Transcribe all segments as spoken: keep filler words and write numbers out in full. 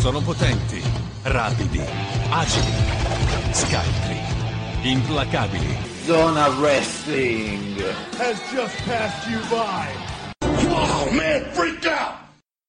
Sono potenti, rapidi, agili, scaltri, implacabili. Zona Wrestling has just passed you by. Wow, man, freak out!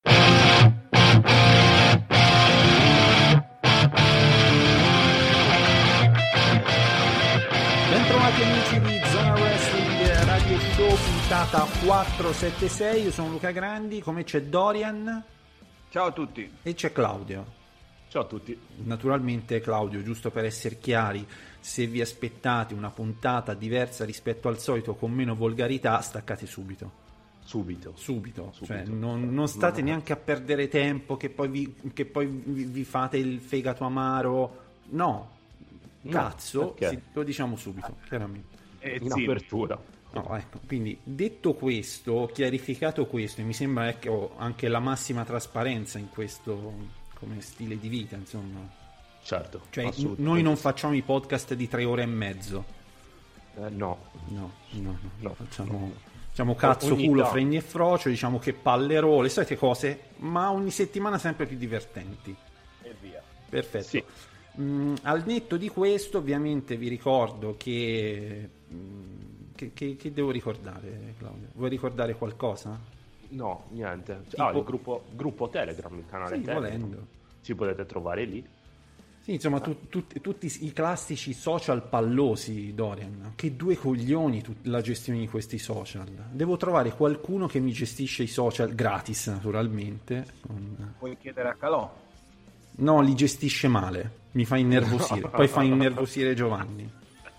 Bentrovati amici di Zona Wrestling Radio Show, puntata quattrocentosettantasei. Io sono Luca Grandi, come c'è Dorian. Ciao a tutti. E c'è Claudio. Ciao a tutti. Naturalmente Claudio, giusto per essere chiari, se vi aspettate una puntata diversa rispetto al solito con meno volgarità, staccate subito. Subito. Subito. Subito. Cioè, non, non state no. neanche a perdere tempo che poi vi, che poi vi, vi fate il fegato amaro. No. Cazzo, no, sì, lo diciamo subito, chiaramente. E in apertura. No, ecco, quindi detto questo, chiarificato questo, e mi sembra ecco, anche la massima trasparenza in questo come stile di vita, insomma. Certo. Cioè, n- noi non facciamo i podcast di tre ore e mezzo. Eh, no. No, no, no. no facciamo, no. diciamo cazzo, ogni culo, tanto. fregni e frocio, diciamo che palle, le solite cose, ma ogni settimana sempre più divertenti. E via. Perfetto. Sì. Mm, al netto di questo, ovviamente vi ricordo che, mm, che, che, che devo ricordare, Claudio? Vuoi ricordare qualcosa? No, niente. Tipo... Ah, il gruppo, gruppo Telegram, il canale sì, Telegram. volendo. Ci potete trovare lì. Sì, insomma, tu, tu, tutti i classici social pallosi, Dorian. Che due coglioni tut- la gestione di questi social. Devo trovare qualcuno che mi gestisce i social gratis, naturalmente. Con... Puoi chiedere a Calò. No, li gestisce male. Mi fa innervosire. Poi fa innervosire Giovanni.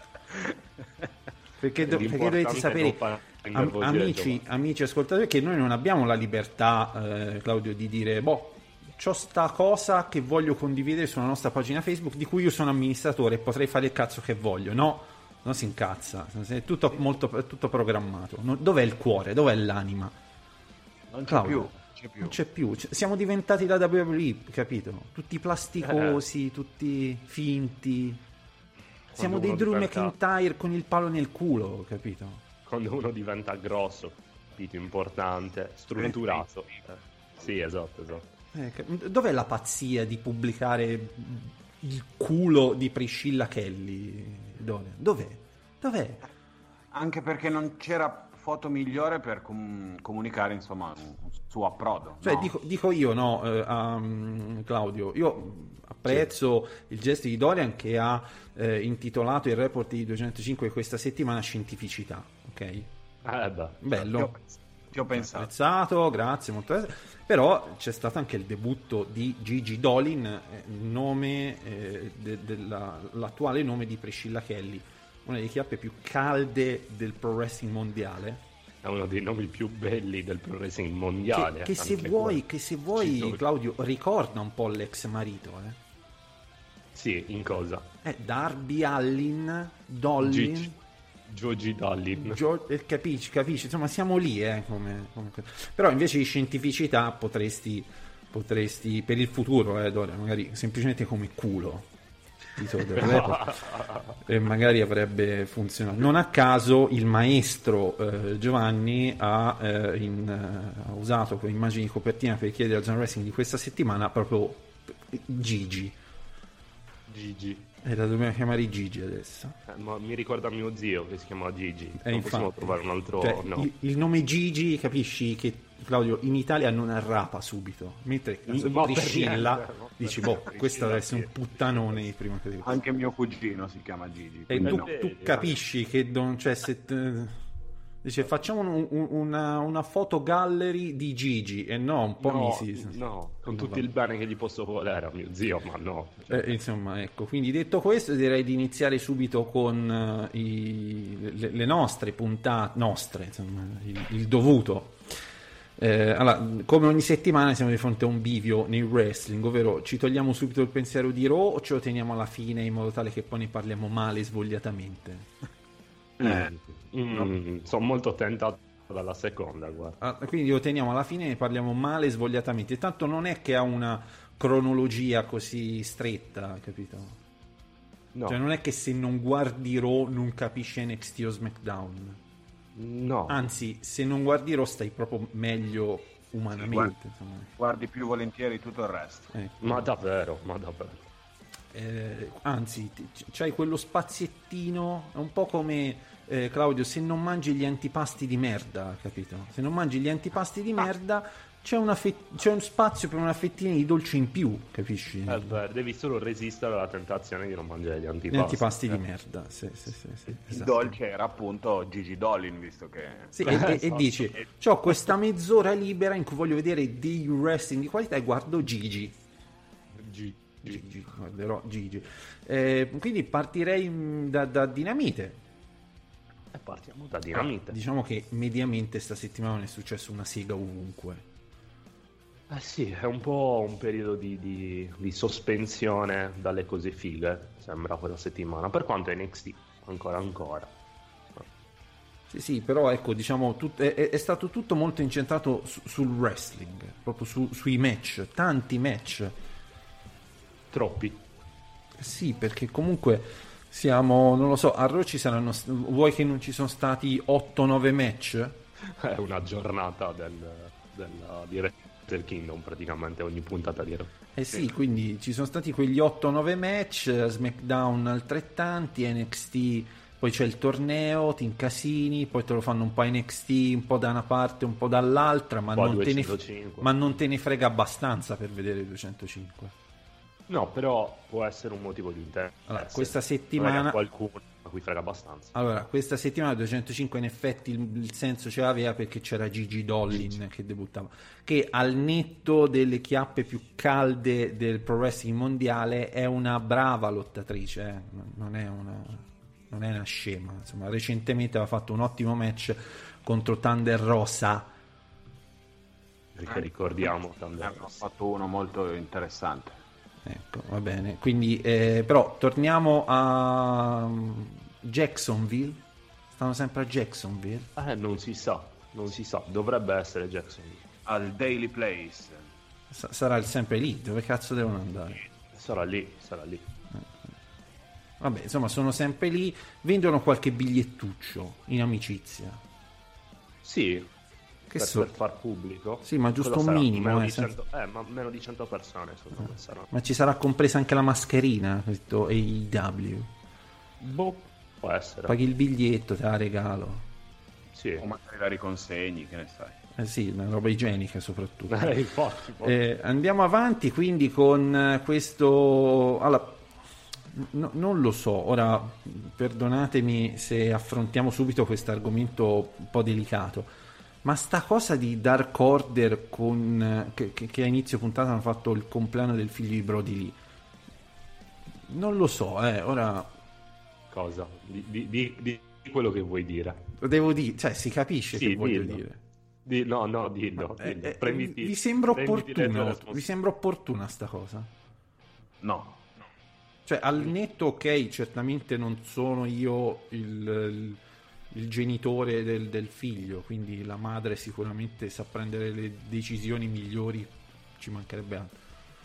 Perché, do- perché dovete sapere, am- amici, amici ascoltatori, che noi non abbiamo la libertà, eh, Claudio, di dire, boh, c'ho sta cosa che voglio condividere sulla nostra pagina Facebook, di cui io sono amministratore e potrei fare il cazzo che voglio. No, non si incazza. È tutto, molto, è tutto programmato. No, dov'è il cuore? Dov'è l'anima? Non c'è Claudio, più. C'è più. Non c'è più. Siamo diventati la W W E, capito? Tutti plasticosi, eh. tutti finti. Siamo dei Drew diventa... McIntyre con il palo nel culo, capito? Quando uno diventa grosso, capito, importante, strutturato. Eh. Sì, esatto, esatto. Eh, dov'è la pazzia di pubblicare il culo di Priscilla Kelly? Dove? Dov'è? Dov'è? Anche perché non c'era foto migliore per com- comunicare, insomma, un suo approdo. Cioè, no? dico, dico io, no, eh, um, Claudio, io apprezzo sì. il gesto di Dorian che ha eh, intitolato il report di duecentocinque questa settimana Scientificità, ok? Eh beh, bello. Ti ho, ti ho pensato. Apprezzato, grazie, molto. Però c'è stato anche il debutto di Gigi Dolin, eh, nome eh, de- della, l'attuale nome di Priscilla Kelly, una delle chiappe più calde del pro wrestling mondiale. È uno dei nomi più belli del pro wrestling mondiale. Che, che se vuoi, che se vuoi Claudio, ricorda un po' l'ex marito, eh? Sì, in cosa? Eh, Darby Allin, Dollin. Gigi. Gigi Dollin. Gio- eh, capisci, capisci, insomma siamo lì, eh, come, come... Però invece di scientificità potresti, potresti per il futuro, eh, Dorian, magari semplicemente come culo. E magari avrebbe funzionato. Non a caso il maestro eh, Giovanni ha, eh, in, eh, ha usato come immagini di copertina per chiedere al Zone Wrestling di questa settimana proprio Gigi. Gigi. E la dobbiamo chiamare Gigi adesso. Eh, ma mi ricorda mio zio che si chiama Gigi. Eh, non infatti, possiamo trovare un altro cioè, no. il, il nome Gigi, capisci che Claudio in Italia non arrapa subito, mentre in Ma Priscilla niente, no, dici boh, Priscilla, questo deve essere sì. un puttanone di prima categoria. Anche mio cugino si chiama Gigi. E tu, no. tu capisci che non c'è se t- dice facciamo un, un, una, una foto gallery di Gigi e no, un po' no, mi si no, con no, tutto vabbè. il bene che gli posso volere a mio zio, ma no. Eh, insomma, ecco, quindi detto questo direi di iniziare subito con uh, i, le, le nostre puntate, nostre, insomma, il, il dovuto. Eh, allora, come ogni settimana siamo di fronte a un bivio nel wrestling, ovvero ci togliamo subito il pensiero di Raw o ce lo teniamo alla fine in modo tale che poi ne parliamo male svogliatamente? Eh, mm, sono molto tentato dalla seconda, guarda. Ah, quindi lo teniamo alla fine e ne parliamo male svogliatamente. Tanto non è che ha una cronologia così stretta, capito? No. Cioè non è che se non guardi Raw non capisci N X T o SmackDown. No. Anzi, se non guardi Raw stai proprio meglio umanamente. Sì, guardi, guardi più volentieri tutto il resto. Ecco. Ma davvero, ma davvero. Eh, anzi, c- c'hai quello spaziettino, è un po' come eh, Claudio, se non mangi gli antipasti di merda, capito? Se non mangi gli antipasti di merda c'è, una fe- c'è un spazio per una fettina di dolce in più, capisci? Eh, beh, devi solo resistere alla tentazione di non mangiare gli antipasti. Gli antipasti eh. di merda, sì, sì, sì, sì, Il esatto. dolce era appunto Gigi Dolin, visto che... Sì, e, e, e dici, c'ho questa mezz'ora libera in cui voglio vedere dei wrestling di qualità e guardo Gigi. G- Gigi, guarderò Gigi. Eh, quindi partirei mh, da, da Dinamite. E partiamo da Dinamite. Diciamo che mediamente sta settimana non è successo una sega ovunque. Eh sì, è un po' un periodo di, di, di sospensione dalle cose fighe, sembra quella settimana, per quanto N X T ancora ancora. Sì, sì, però ecco, diciamo, tut- è, è stato tutto molto incentrato su- sul wrestling, proprio su- sui match, tanti match. Troppi. Sì, perché comunque siamo, non lo so, a Raw ci saranno, vuoi che non ci sono stati otto nove match? È una giornata del, del, di Wrestle Kingdom praticamente ogni puntata di Raw. Eh sì, quindi ci sono stati quegli otto nove match, SmackDown altrettanti, N X T, poi c'è il torneo, ti incasini, poi te lo fanno un po' N X T, un po' da una parte, un po' dall'altra, ma, non te, ne, ma non te ne frega abbastanza per vedere duecentocinque. No, però può essere un motivo di interesse. Allora, questa settimana magari a qualcuno a cui frega abbastanza. Allora, questa settimana duecentocinque in effetti il, il senso ce l'aveva perché c'era Gigi Dollin Gigi. che debuttava, che al netto delle chiappe più calde del pro wrestling mondiale è una brava lottatrice, eh? non è una non è una scema, insomma, recentemente aveva fatto un ottimo match contro Thunder Rosa, perché ricordiamo Thunder Ha Rosa. fatto uno molto interessante. ecco, va bene, quindi eh, però torniamo a Jacksonville. Stanno sempre a Jacksonville. Eh, non si sa, non si sa, dovrebbe essere Jacksonville. Al Daily Place. S- sarà sempre lì, dove cazzo devono andare? Sarà lì, sarà lì. Vabbè, insomma, sono sempre lì, vendono qualche bigliettuccio in amicizia. Sì, Che per, so- per far pubblico. Sì, ma giusto Cosa un sarà? minimo, Meno eh, di senza- cento, eh, ma meno di cento persone secondo me sarà. Ma ci sarà compresa anche la mascherina, questo A E W. Boh, può essere. Paghi il biglietto, te la regalo. Sì. O magari la riconsegni, che ne sai. Eh sì, una roba igienica soprattutto. Eh, infatti, infatti. Eh, andiamo avanti quindi con eh, questo... Allora, no- non lo so, ora perdonatemi se affrontiamo subito questo argomento un po' delicato, ma sta cosa di Dark Order con, eh, che, che- che a inizio puntata hanno fatto il compleanno del figlio di Brody Lee, non lo so, eh, ora Cosa? Di, di, di, di quello che vuoi dire. devo dire, cioè si capisce Sì, che voglio dillo. dire. Di, no, no, dillo. Eh, dillo. eh, Prenditi- vi sembra prenditi le tue opportuno, vi responsabilità. sembra opportuna sta cosa? No. Cioè, al netto, ok, certamente non sono io il, il- il genitore del, del figlio, quindi la madre sicuramente sa prendere le decisioni migliori, ci mancherebbe altro.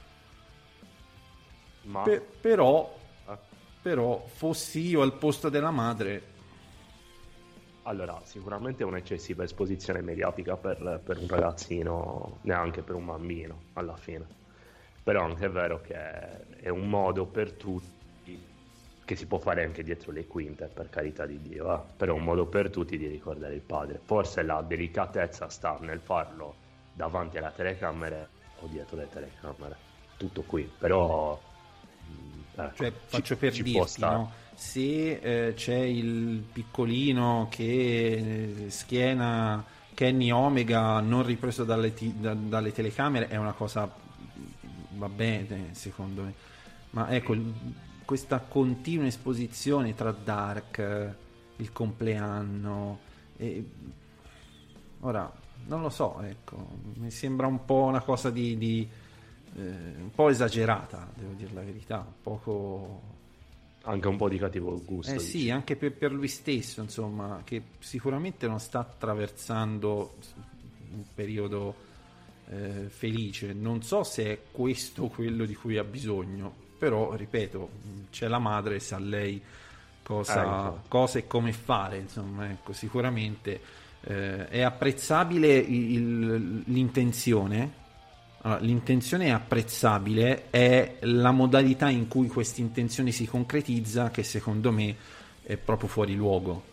Ma Pe- però, eh, però, fossi io al posto della madre, allora, sicuramente è un'eccessiva esposizione mediatica per, per un ragazzino, neanche per un bambino, alla fine. Però anche è vero che è un modo per tutti, che si può fare anche dietro le quinte, per carità di Dio, eh? Però è un modo per tutti di ricordare il padre. Forse la delicatezza sta nel farlo davanti alle telecamere o dietro le telecamere. Tutto qui, però... mh, ecco, cioè, ci- faccio per ci può dirti, stare. no? Se eh, c'è il piccolino che eh, schiena Kenny Omega non ripreso dalle, ti- da- dalle telecamere, è una cosa, va bene secondo me, ma ecco il- questa continua esposizione tra Dark, eh, il compleanno e... ora non lo so, ecco, mi sembra un po' una cosa di, di eh, un po' esagerata, devo dire la verità, un poco... Anche un po' di cattivo gusto. Eh dici. sì, anche per, per lui stesso, insomma, che sicuramente non sta attraversando un periodo eh, felice. Non so se è questo quello di cui ha bisogno, però, ripeto, c'è la madre, sa lei cosa, Eh, cosa e come fare, insomma, ecco, sicuramente eh, è apprezzabile il, l'intenzione. Allora, l'intenzione è apprezzabile, è la modalità in cui questa intenzione si concretizza che secondo me è proprio fuori luogo.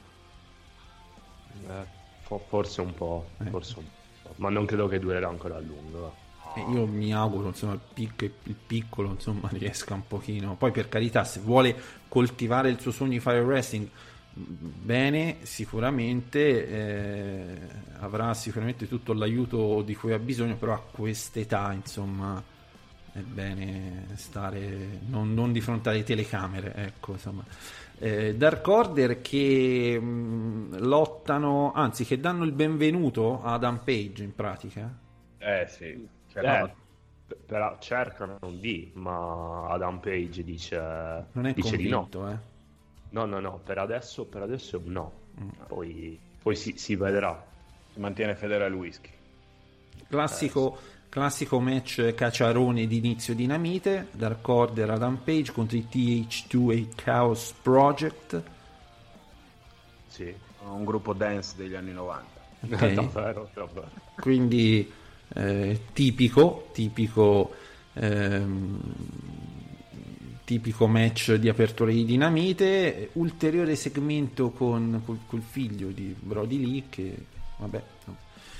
Eh, forse un po', Eh. forse un po', ma non credo che durerà ancora a lungo. E io mi auguro, insomma, il, pic- il piccolo, insomma, riesca un pochino. Poi, per carità, se vuole coltivare il suo sogno di fare il wrestling bene, sicuramente eh, avrà sicuramente tutto l'aiuto di cui ha bisogno, però a quest'età, insomma, è bene stare non, non di fronte alle telecamere, ecco, insomma. Eh, Dark Order che mh, lottano, anzi che danno il benvenuto a Adam Page in pratica. Eh sì. Cioè, Eh, no, p- però cercano di, ma Adam Page dice, Non è dice di no. convinto, eh. No, no, no, per adesso, per adesso è un no. Poi, poi si, si vedrà. si mantiene fedele al whisky. Classico, classico match cacciarone di inizio dinamite, Dark Order Adam Page contro i T H due Chaos Project. Sì. Un gruppo dance degli anni novanta. Ok. davvero, davvero. Quindi eh, tipico, tipico ehm, tipico match di apertura di dinamite, ulteriore segmento con col, col figlio di Brody Lee che vabbè no,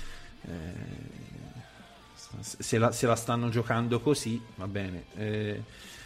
eh, se, la, se la stanno giocando così va bene. Eh,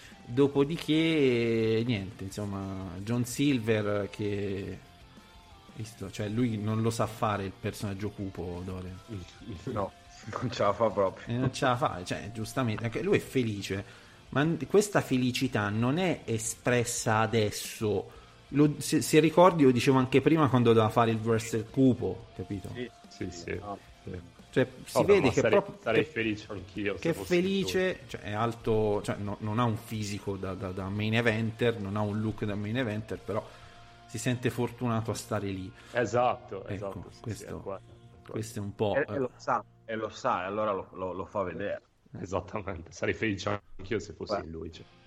dopodiché niente, insomma, John Silver che visto, cioè lui non lo sa fare il personaggio cupo, Dore. No, non ce la fa proprio. E non ce la fa, cioè giustamente anche lui è felice, ma questa felicità non è espressa adesso. Lo, se, se ricordi, lo dicevo anche prima quando doveva fare il wrestler cupo, capito? Sì, Sì, sì. no. Sì. Cioè si Vabbè, vede ma che sarei, proprio sarei che, felice anch'io se che è fossi felice, cioè è alto, cioè no, non ha un fisico da, da, da main eventer, non ha un look da main eventer, però si sente fortunato a stare lì. lui. Esatto, Ecco, esatto. sì, questo- sì, è quello, è quello. Questo è un po'. E, e lo sa, e lo sa, e allora lo, lo- lo fa vedere. Esattamente, sarei felice anch'io se fossi Beh. lui. Cioè.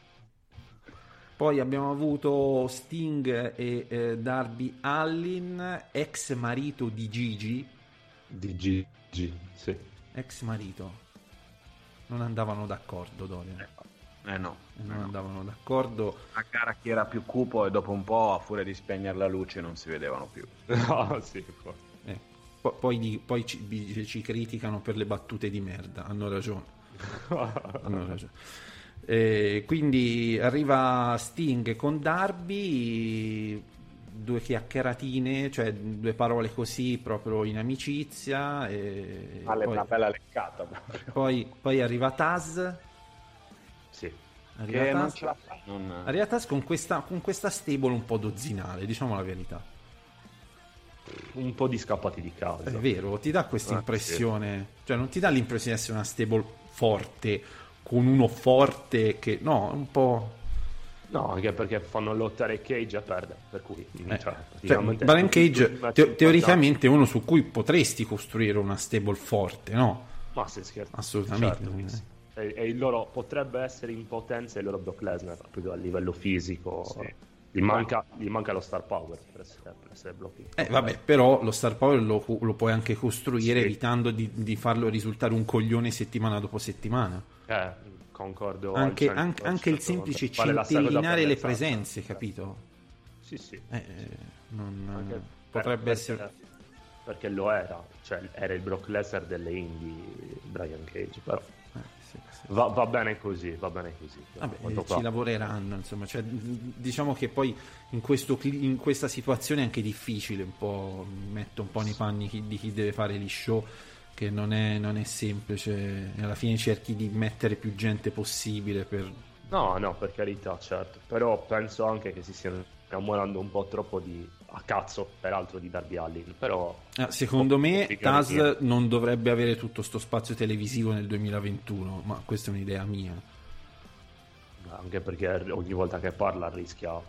Poi abbiamo avuto Sting e eh, Darby Allin, ex marito di Gigi, Di Gigi, sì. ex marito. Non andavano d'accordo, Dorian. Eh no. Non andavano d'accordo. A gara chi era più cupo e dopo un po', a furia di spegnere la luce, non si vedevano più. No, sì, poi. Eh, po- poi di- poi ci, vi- ci criticano per le battute di merda. Hanno ragione. Hanno ragione. Eh, quindi arriva Sting con Darby, due chiacchieratine, cioè due parole così proprio in amicizia. E Male, poi, una bella leccata proprio. poi, poi arriva Taz. Sì. Arriva Che non Taz, ce la fa. Non... arriva Taz con questa, con questa stable un po' dozzinale, diciamo la verità. Un po' di scappati di casa. È vero, ti dà questa Ah, impressione, cioè non ti dà l'impressione di essere una stable forte con uno forte che no, un po'. No, anche perché fanno lottare Cage e perde, per cui Eh, cioè, cioè, praticamente Brian tutti i Cage match te- importanti. teoricamente è uno su cui potresti costruire una stable forte, no? Ma se scherzi, Assolutamente. certo che sì. E, e il loro potrebbe essere in potenza il loro Brock Lesnar proprio a livello fisico. Sì. Gli, manca, gli manca lo star power per essere, per essere Brock. Eh, vabbè, però lo star power lo, lo puoi anche costruire Sì. evitando di, di farlo risultare un coglione settimana dopo settimana. Eh, concordo. al Anche, cento anche- per anche il cento. semplice Vale la stessa cosa centellinare per le Lesnar. presenze, capito? Sì, sì. Eh, eh, non, Anche potrebbe per- essere. perché, perché lo era, cioè era il Brock Lesnar delle indie Brian Cage, però eh, sì, sì. va, va bene così, va bene così. Vabbè, Quanto eh, fa. ci lavoreranno, insomma, cioè, d- diciamo che poi in, questo, cli- in questa situazione è anche difficile, un po', mi metto un po' nei panni chi- di chi deve fare gli show, che non è, non è semplice, e alla fine cerchi di mettere più gente possibile per. No, no, per carità, certo, però penso anche che si stiano innamorando un po' troppo di a cazzo, peraltro, di Darby Allin, però Ah, secondo me Posso Taz spiegare non dovrebbe avere tutto sto spazio televisivo nel duemilaventuno, ma questa è un'idea mia. anche perché ogni volta che parla rischia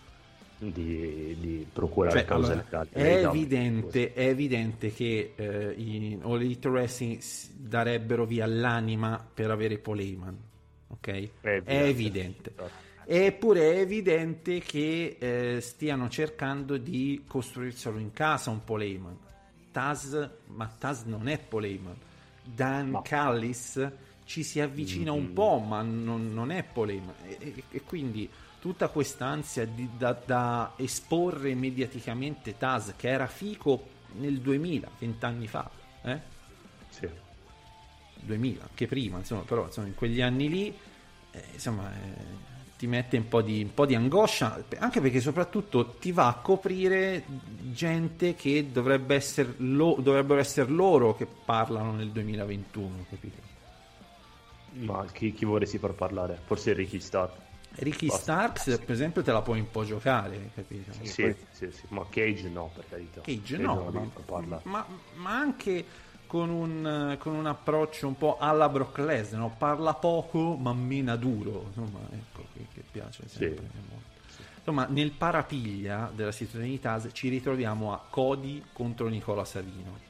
di, di procurare Cioè, cause allora, legali. è, Legali. evidente, è evidente che eh, in All Elite Wrestling s- darebbero via l'anima per avere Paul Heyman, ok? È È evidente. Certo. Eppure è evidente che eh, stiano cercando di costruirselo in casa un Paul Heyman. Taz, ma Taz non è Paul Heyman. Dan No. Callis ci si avvicina Mm-hmm. un po', ma non, non è Paul Heyman. E, e- e quindi tutta quest'ansia di, da, da esporre mediaticamente Taz, che era fico nel duemila, vent'anni fa, eh? Sì. duemila, che prima, insomma, però insomma, in quegli anni lì, eh, insomma, eh, ti mette un po' di, un po' di angoscia, anche perché soprattutto ti va a coprire gente che dovrebbe essere lo, dovrebbero essere loro che parlano nel duemilaventuno, capito? Ma chi, chi vorresti far parlare? Forse Ricky Stark. Ricky Basta. Starks, per esempio, te la puoi un po' giocare, capito? Sì, sì, sì, ma Cage no, per carità. Cage non no, devi ma, far parlare. ma, ma anche con un, con un approccio un po' alla Brock Lesnar, no? Parla poco ma mena duro, insomma, ecco, che, che piace sempre Sì. molto. Insomma, nel parapiglia della situazione di Taz ci ritroviamo a Cody contro Nicola Savino.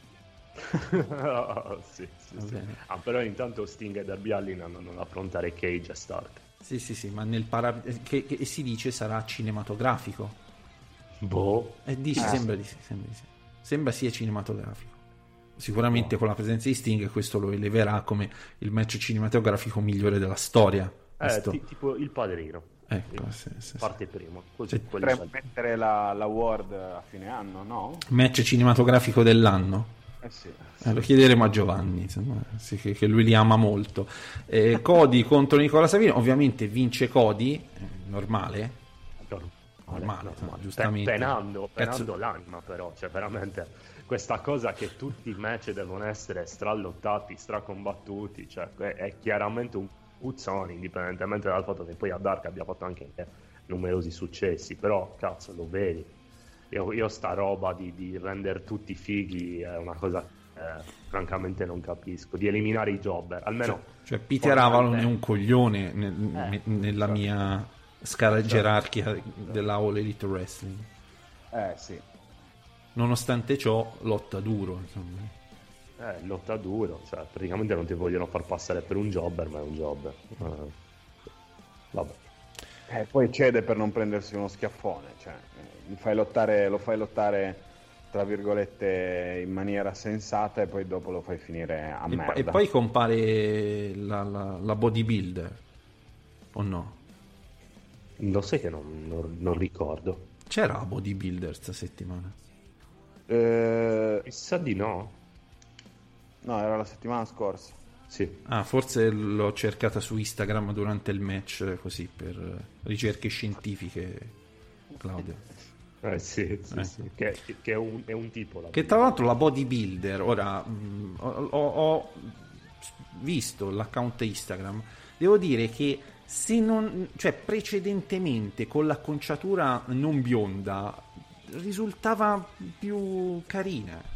Ah, sì, sì, Va sì. bene. Ah, però intanto Sting e Darby Allin hanno da affrontare Cage e Stark. Sì, sì, sì, ma nel para... che, che si dice sarà cinematografico. Boh. E dice, Eh. sembra di sì, sembra di sì. Sembra sia cinematografico. Sicuramente con la presenza di Sting questo lo eleverà come il match cinematografico migliore della storia. Eh, Questo- ti- tipo Il Padrino. Ecco, sì, sì, sì. Parte prima. Così, Sì. quelli Potremmo salti. mettere la, l'award a fine anno, no? Match cinematografico dell'anno. Eh sì. Eh, lo chiederemo a Giovanni, insomma, sì, che, che lui li ama molto. Eh, Cody contro Nicola Savino, ovviamente vince Cody, eh, normale, Normale, normale, normale. no, giustamente. Penando, penando Cazzo. l'anima, però, cioè veramente questa cosa che tutti i match devono essere stralottati, stracombattuti, cioè è, è chiaramente un puzzone, indipendentemente dal fatto che poi a Dark abbia fatto anche numerosi successi, però cazzo lo vedi. Io, io sta roba di, di rendere tutti fighi è una cosa che eh, francamente non capisco, di eliminare i jobber, almeno Cioè Peter Avalon è formalmente. un coglione nel- Eh, ne- nella certo. mia scala gerarchica della All Elite Wrestling. Eh sì. Nonostante ciò, lotta duro, insomma. Eh, lotta duro, cioè praticamente non ti vogliono far passare per un jobber, ma è un jobber. Eh, vabbè. Eh, poi cede per non prendersi uno schiaffone, cioè eh, gli fai lottare, lo fai lottare tra virgolette in maniera sensata e poi dopo lo fai finire a E, merda. po- e poi compare la, la, la bodybuilder, o no? Lo sai che non, non- non ricordo. C'era la bodybuilder sta settimana. Eh, Mi sa di no. no, era la settimana scorsa. Sì. Ah, forse l'ho cercata su Instagram durante il match, così, per eh, ricerche scientifiche, Claudio. Eh sì, sì, Eh. sì. Che, che è, un, è un tipo. La Che tra l'altro la bodybuilder, ora mh, ho, ho- ho visto l'account Instagram, devo dire che se non, cioè precedentemente con l'acconciatura non bionda risultava più carina.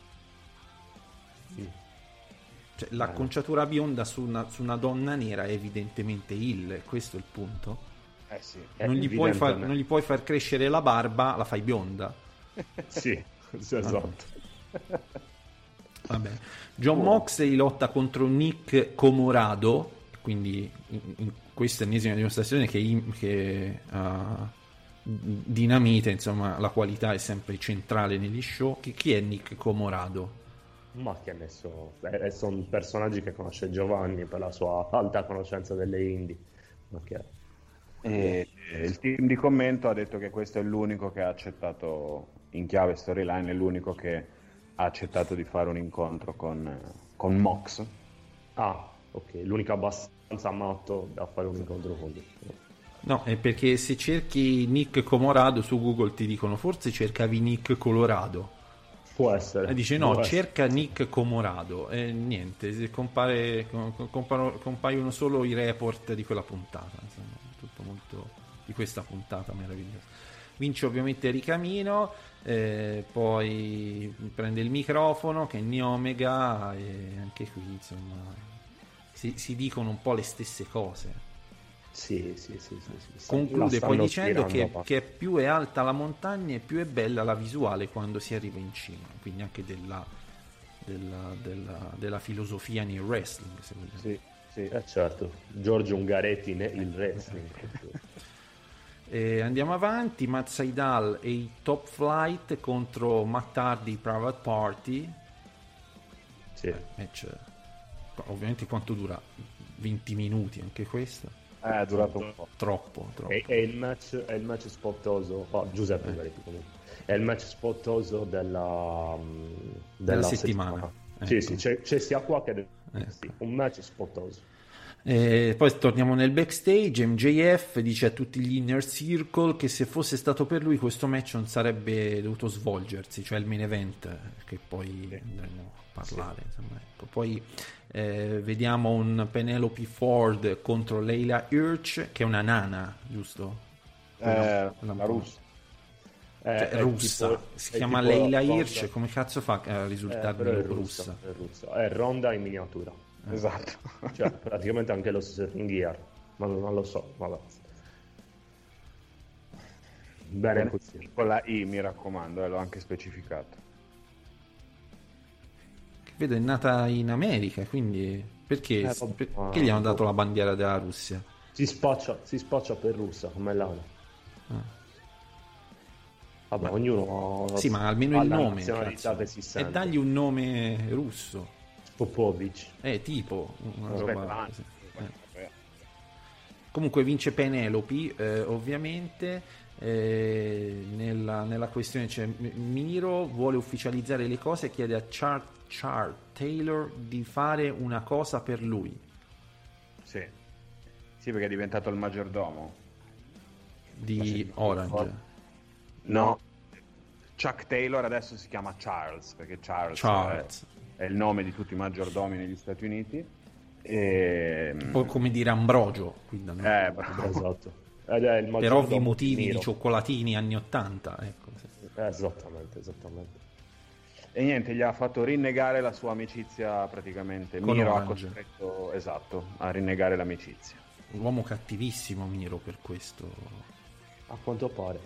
Cioè, l'acconciatura bionda su una, su una donna nera è evidentemente il, questo è il punto. Eh sì. È Non gli, puoi far, evidente. non gli puoi far crescere la barba, la fai bionda. Sì, sì, esatto. Vabbè. John Moxley lotta contro Nick Comorado, quindi in, in questa ennesima dimostrazione che, in- che uh, dinamite, insomma, la qualità è sempre centrale negli show. Chi, chi è Nick Comorado? Ma che ne so, eh, sono personaggi che conosce Giovanni per la sua alta conoscenza delle indie. Ma che... E e il team di commento ha detto che questo è l'unico che ha accettato, in chiave storyline, è l'unico che ha accettato di fare un incontro con, con Mox. Ah, ok, l'unico abbastanza matto da fare un incontro con lui. No, è perché se cerchi Nick Comorado su Google ti dicono forse cercavi Nick Colorado. Può essere. E dice no, può essere. cerca Nick Comorado e niente, se compare, com- comparo- compaiono solo i report di quella puntata, insomma, tutto molto di questa puntata meravigliosa. Vince ovviamente Ricamino, eh, poi prende il microfono Kenny Omega e anche qui insomma si, si dicono un po' le stesse cose. Sì, sì, sì, sì, sì. La Conclude stanno poi dicendo tirando che, a- che più è alta la montagna e più è bella la visuale quando si arriva in cima, quindi anche della, della, della, della filosofia nel wrestling, se vogliamo. Sì, sì. Eh certo, Giorgio Ungaretti ne- il wrestling. E andiamo avanti. Matt Sydal e i Top Flight contro Matt Hardy Private Party. Sì. Eh, match, ovviamente quanto dura? venti minuti anche questo. Eh, è durato un po'. Troppo, troppo. È, è il match è il match spottoso. Oh, Giuseppe Eh. Garetti, comunque. È il match spottoso della, mm, Della della settimana. settimana. Ecco. Sì, sì, c'è, c'è sia qua che Ecco. sì, un match spottoso. Eh, poi torniamo nel backstage. M J F dice a tutti gli Inner Circle che se fosse stato per lui questo match non sarebbe dovuto svolgersi, cioè il main event, che poi andremo a parlare. Sì. Insomma, ecco. Poi eh, vediamo un Penelope Ford contro Layla Hirsch, che è una nana, giusto? Eh, la russa. Eh, Cioè, è russa, tipo- si è chiama tipo Layla Ronda. Hirsch, come cazzo fa a Eh, risultarmi però è russa? russa, è russa. È Ronda in miniatura. Esatto. Cioè, praticamente anche lo stesso ring gear. Ma non lo so, vabbè. Bene così. Con la I, mi raccomando, eh, l'ho anche specificato. Che vedo è nata in America, quindi perché, Eh, vabbè, perché ma- gli hanno dato la bandiera della Russia? Si spaccia, si spaccia per russa, come l'hanno. Ah. Vabbè, ognuno ha Sì, ma almeno ha il la nome, nazionalità cazzo. che si E sente. dagli un nome russo. Popovic. Eh, tipo una Aspetta, roba avanti. così. Eh. Comunque vince Penelope, eh, ovviamente. eh, nella, nella questione c'è M- Miro vuole ufficializzare le cose e chiede a Char, Char Taylor di fare una cosa per lui. Sì. Sì, perché è diventato il maggiordomo. Di Orange. No. Chuck Taylor adesso si chiama Charles, perché Charles, Charles. È, è il nome di tutti i maggiordomi negli Stati Uniti. E... Un po' come dire Ambrogio qui da noi. Eh, bravo. Esatto. Ed è il Per maggiordomo ovvi motivi Miro. di cioccolatini anni ottanta, ecco. Sì. Eh, esattamente, esattamente. E niente, gli ha fatto rinnegare la sua amicizia praticamente. Con Miro ha Orange. costretto, esatto, a rinnegare l'amicizia. Un uomo cattivissimo Miro per questo. A quanto pare.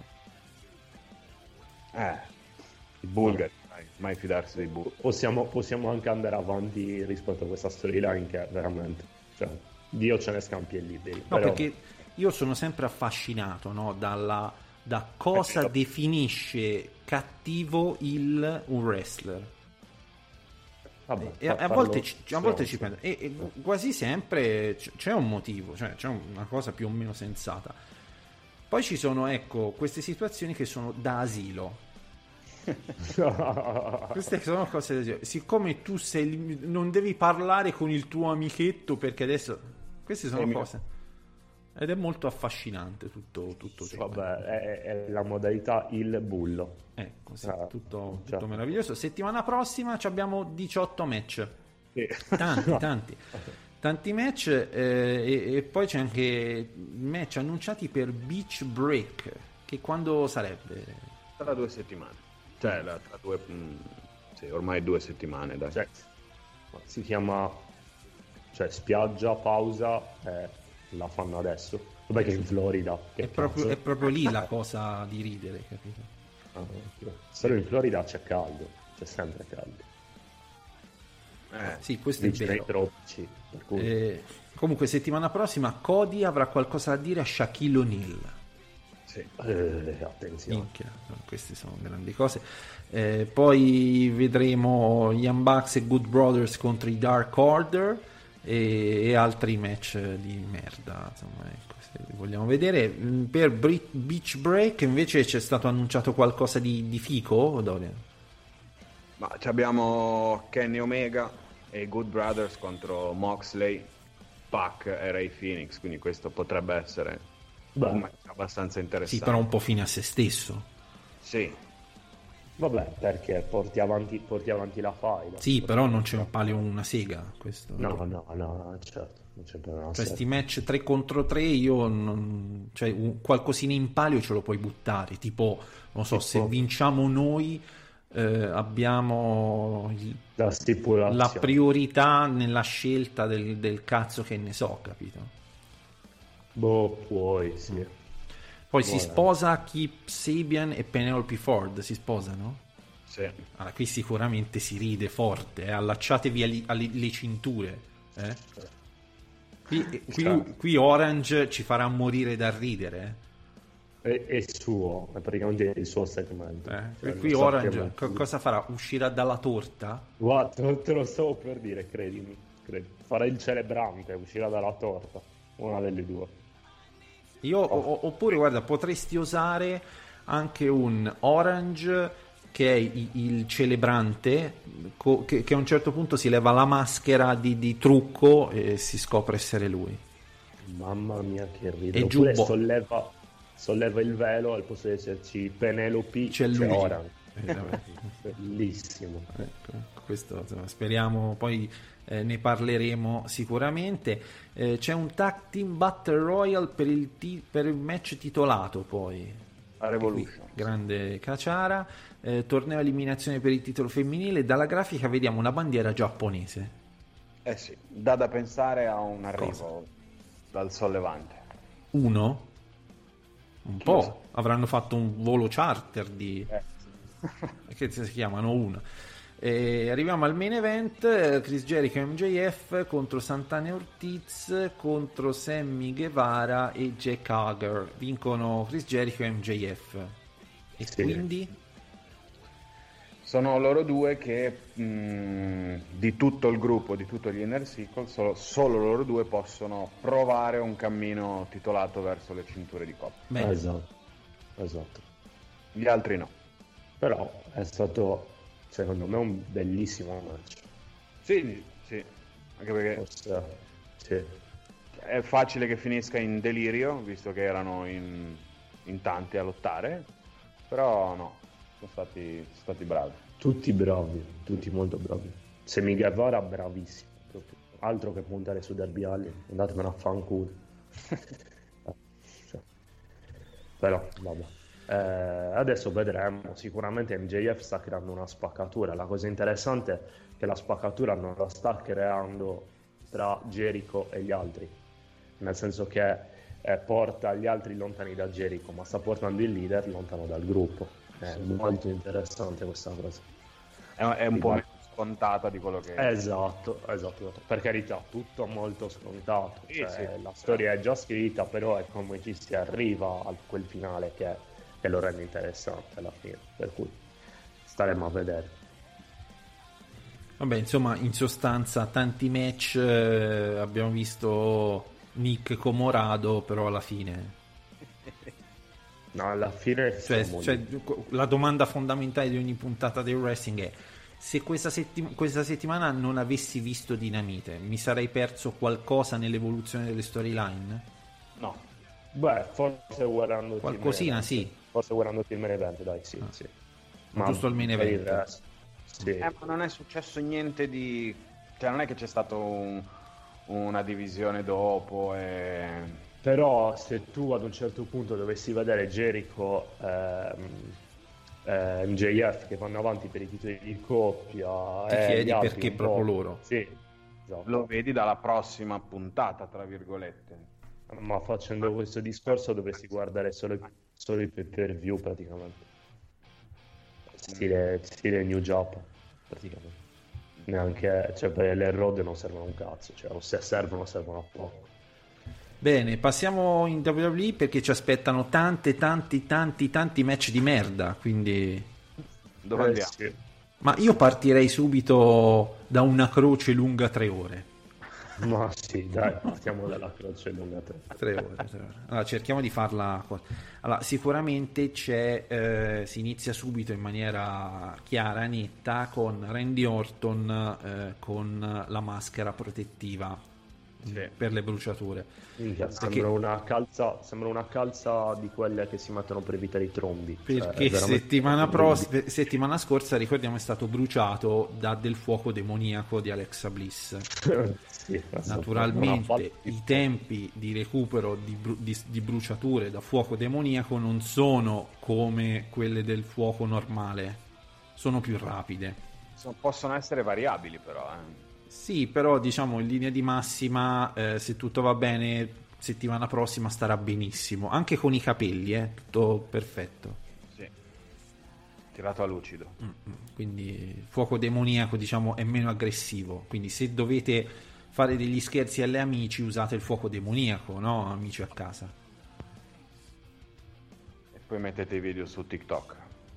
Eh, i bulgari, mai, mai fidarsi dei bulgari. Possiamo, possiamo anche andare avanti rispetto a questa storyline che è veramente... Cioè, Dio ce ne scampi e liberi. No, però... perché io sono sempre affascinato, no, dalla, da cosa definisce cattivo il, un wrestler. Vabbè, E a, fa- a volte, farlo- ci, a volte sì, ci sì. penso. E, e quasi sempre c- c'è un motivo, cioè c'è una cosa più o meno sensata. Poi ci sono, ecco, queste situazioni che sono da asilo. Queste sono cose da asilo. Siccome tu sei, non devi parlare con il tuo amichetto perché adesso... Queste sono Sei cose... Ed è molto affascinante tutto, tutto ciò. Vabbè, è, è la modalità il bullo. Ecco, sì, Ah, tutto, cioè. tutto meraviglioso. Settimana prossima ci abbiamo diciotto match. Sì. Tanti, tanti. Tanti match eh, e, e poi c'è anche match annunciati per Beach Break, che quando sarebbe? Tra due settimane. Cioè, la- tra due... mh, sì, ormai due settimane, dai. Cioè, si chiama cioè, spiaggia, pausa, eh, la fanno adesso. Vabbè che in Florida. Che È proprio, cazzo. è proprio lì la cosa di ridere, capito? Ah, ok. Però in Florida c'è caldo, c'è sempre caldo. Eh, Sì, questo Lì è c'è i vero. tropici. Per cui... Eh, comunque settimana prossima Cody avrà qualcosa da dire a Shaquille O'Neal. sì. Eh, attenzione. Minchia, queste sono grandi cose. Eh, poi vedremo Young Bucks e Good Brothers contro i Dark Order e, e altri match di merda, insomma, ecco, se vogliamo vedere. Mm, per Bri- Beach Break invece c'è stato annunciato qualcosa di, di fico, Dorian? Ma ci abbiamo Kenny Omega e Good Brothers contro Moxley, Pac e Ray Phoenix, quindi questo potrebbe essere Beh. un match abbastanza interessante. Sì, però un po' fine a se stesso. Sì, Vabbè, perché porti avanti, porti avanti la faida. Sì, però non c'è un palio o una sega, questo. No, no, no, no, certo. Non c'è problema. Cioè, sti match tre contro tre, io non... cioè, un- qualcosina in palio ce lo puoi buttare. Tipo, non so, Tipo? se vinciamo noi, eh, abbiamo il- La stipulazione. la priorità nella scelta del, del cazzo che ne so, capito? Boh, puoi, sì. Poi si Buona. sposa Kip Sabian e Penelope Ford, si sposano? sì. Allora, qui sicuramente si ride forte, eh? Allacciatevi alle, alle- le cinture. Eh? Qui, qui- qui Orange ci farà morire da ridere. è, è suo, è praticamente il suo segmento. Eh, Cioè, qui non Orange sappiamo- co- cosa farà? Uscirà dalla torta? Guarda, te, te lo stavo per dire, credimi, credi. Farà il celebrante, uscirà dalla torta, una delle due. Io, o- oppure, guarda, potresti osare anche un Orange che è i- il celebrante, co- che, che a un certo punto si leva la maschera di, di trucco e si scopre essere lui. Mamma mia che ride. E Oppure Giubbo. solleva, solleva il velo al posto di esserci Penelope, C'è c'è, lui. Orange. Eh, vabbè. Bellissimo. Ecco, questo insomma, speriamo, poi eh, ne parleremo sicuramente. Eh, c'è un tag team battle royale per il, ti- per il match titolato, poi La Revolution. Qui, grande caciara. Eh, torneo a eliminazione per il titolo femminile. Dalla grafica vediamo una bandiera giapponese. Eh sì, dà da pensare a un arrivo Cosa? dal sollevante. Uno? Un Chi po'. lo sa? Avranno fatto un volo charter di... Eh, che si chiamano uno. E arriviamo al main event, eh, Chris Jericho e M J F contro Santana e Ortiz contro Sammy Guevara e Jack Hager. Vincono Chris Jericho e M J F. E Sì. quindi Sono loro due che mh, di tutto il gruppo, di tutto gli Inner Circle, solo, solo loro due possono provare un cammino titolato verso le cinture di coppia. bene. Esatto, esatto. Gli altri no. Però è stato, secondo me, un bellissimo match. Sì, sì, anche perché Forse, sì. è facile che finisca in delirio, visto che erano in, in tanti a lottare, però no, sono stati, sono stati bravi. Tutti bravi, tutti molto bravi. Sammy Guevara bravissimo, proprio. Altro che puntare su Darby Allin, andatevene a fanculo. Cioè, però, vabbè. Eh, adesso vedremo, sicuramente M J F sta creando una spaccatura. La cosa interessante è che la spaccatura non la sta creando tra Jericho e gli altri, nel senso che eh, porta gli altri lontani da Jericho, ma sta portando il leader lontano dal gruppo. È molto interessante questa cosa. È, è un Sì, po' ma- meno scontata di quello che Esatto, esatto, esatto. Per carità, tutto molto scontato. Sì, Cioè, sì. la storia è già scritta, però è come ci si arriva a quel finale che, che lo rende interessante alla fine. Per cui staremo a vedere. Vabbè, insomma, in sostanza tanti match, eh, abbiamo visto Nick Comorado, però alla fine... No, alla fine Cioè, siamo cioè, lì. la domanda fondamentale di ogni puntata del wrestling è: se questa, settim- questa settimana non avessi visto Dinamite, mi sarei perso qualcosa nell'evoluzione delle storyline? no. Beh, forse guardando Qualcosina, sì. Forse guardando il main event, dai, sì, Ah. sì. Giusto il main per il event. resto, sì. Eh, ma non è successo niente di... Cioè, non è che c'è stata un- una divisione dopo e... Però se tu ad un certo punto dovessi vedere Jericho ehm, eh, M J F che vanno avanti per i titoli di coppia Ti e chiedi gli altri perché un proprio po'- loro. Sì, esatto. Lo vedi dalla prossima puntata, tra virgolette. Ma facendo questo discorso dovresti guardare solo, solo i pay per view praticamente. Stile, stile New Japan praticamente. Neanche, cioè per le road non servono un cazzo, cioè o se servono servono a poco. Bene, passiamo in W W E perché ci aspettano tante, tanti, tanti, tanti match di merda, quindi... Dove Eh, andiamo? sì. Ma io partirei subito da una croce lunga tre ore. Ma sì, dai, partiamo dalla croce lunga tre. Tre ore, tre ore. Allora, cerchiamo di farla. Allora, sicuramente c'è, eh, si inizia subito in maniera chiara, netta, con Randy Orton eh, con la maschera protettiva per le bruciature. Minchia, Perché- sembra una calza, sembra una calza di quelle che si mettono per evitare i trombi. Cioè, Perché è veramente- settimana, pros- settimana scorsa, ricordiamo, è stato bruciato da del fuoco demoniaco di Alexa Bliss. Sì, esatto. Naturalmente Una i tempi di recupero di, bru- di- di bruciature da fuoco demoniaco non sono come quelle del fuoco normale, sono più rapide. Sono- possono essere variabili, però. Eh. Sì, però diciamo in linea di massima, eh, se tutto va bene, settimana prossima starà benissimo, anche con i capelli, eh, tutto perfetto. Sì. Tirato a lucido. Mm-mm. Quindi fuoco demoniaco, diciamo, è meno aggressivo, quindi se dovete fare degli scherzi alle amici usate il fuoco demoniaco, no? Amici a casa. poi mettete i video su TikTok.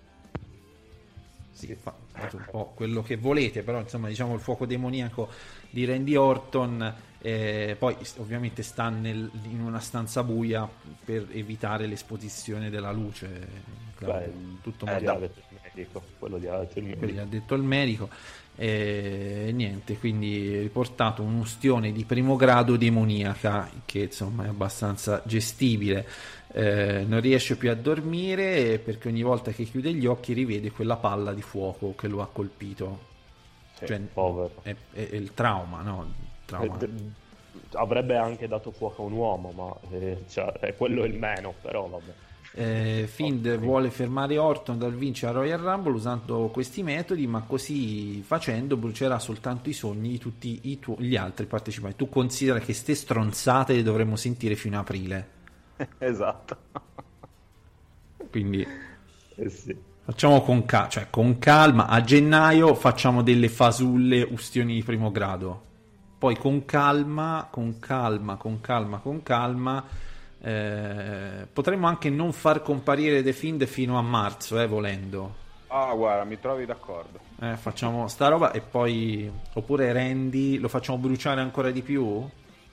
Sì, fa, fate un po' quello che volete, però insomma diciamo il fuoco demoniaco di Randy Orton, eh, poi ovviamente sta nel, in una stanza buia per evitare l'esposizione della luce. Claudio, Beh, tutto eh, molto... gli ha detto il medico, quello gli ha detto il medico. Gli ha detto il medico, e niente, quindi riportato un'ustione di primo grado demoniaca che insomma è abbastanza gestibile. Eh, non riesce più a dormire perché ogni volta che chiude gli occhi rivede quella palla di fuoco che lo ha colpito. Sì, cioè, povero. È, è, è il trauma, no? Il trauma. Eh, d- avrebbe anche dato fuoco a un uomo, ma eh, cioè, è quello il meno, però vabbè. Eh, Fiend Oh, vuole fermare Orton dal vincere a Royal Rumble usando questi metodi, ma così facendo brucerà soltanto i sogni di tutti i tu- gli altri partecipanti. Tu considera che ste stronzate le dovremmo sentire fino a aprile. Esatto. Quindi Eh sì. facciamo con, ca- cioè, con calma. A gennaio facciamo delle fasulle ustioni di primo grado, poi con calma, con calma, con calma, con calma. Eh, potremmo anche non far comparire The Fiend fino a marzo, eh, volendo. Ah, guarda, mi trovi d'accordo. Eh, facciamo sta roba e poi oppure Randy lo facciamo bruciare ancora di più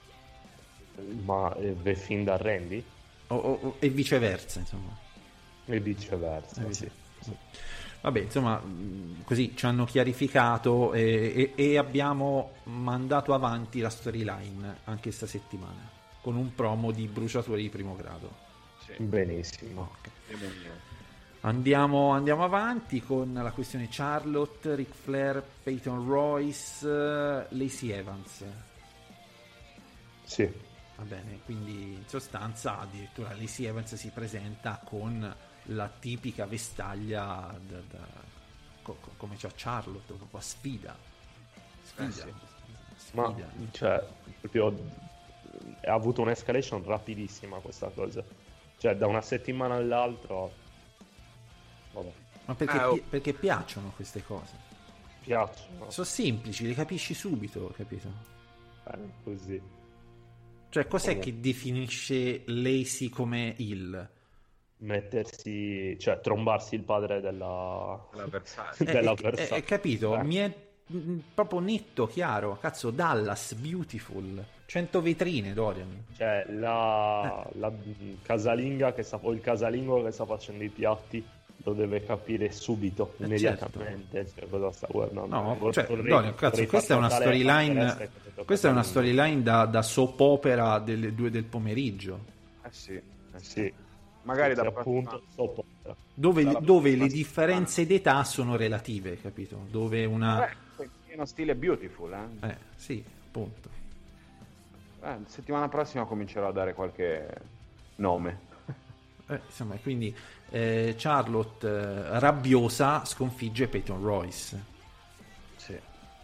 Ma eh, fin da Randy? o, o- o- e viceversa, insomma. E viceversa, Eh, sì. sì. Vabbè, insomma, mh, così ci hanno chiarificato e, e- e abbiamo mandato avanti la storyline anche sta settimana con un promo di bruciatori di primo grado. Benissimo. Andiamo, andiamo avanti con la questione Charlotte, Ric Flair, Peyton Royce, eh, Lacey Evans. Sì. Va bene, quindi in sostanza addirittura Lacey Evans si presenta con la tipica vestaglia da, da, co- co- come c'ha Charlotte, proprio a sfida. Sfida. Eh sì. Sfida. Ma cioè, proprio ha avuto un'escalation rapidissima questa cosa. Cioè, da una settimana all'altra. Vabbè, Ma perché, Ah, oh. pi- perché piacciono queste cose? piacciono. Sono semplici, le capisci subito, capito? Eh, così. Cioè, cos'è Oh. che definisce Lacey come il? Mettersi, cioè, trombarsi il padre della. L'avversario. Eh, della eh, persona. eh, capito? Eh. Mi è mm, proprio netto, chiaro. Cazzo, Dallas, beautiful. cento vetrine, Dorian. Cioè, la, la casalinga che sta, o il casalingo che sta facendo i piatti lo deve capire subito, Eh, immediatamente, cioè, cosa sta guardando. No, Vor- cioè, vorrei- Dorian, cazzo, vorrei questa è far una notare a storyline. Teresa che vedo Questa è una casalingo. storyline da, da soap opera delle due del pomeriggio. Eh sì, eh sì. Sì, Magari sì, da appunto sopra. Dove, Dalla dove le prossima differenze d'età sono relative, capito? Dove una. Eh, pieno stile Beautiful, eh? Eh, sì, appunto. Eh, settimana prossima comincerò a dare qualche nome. Eh, insomma, quindi eh, Charlotte eh, rabbiosa sconfigge Peyton Royce. Sì.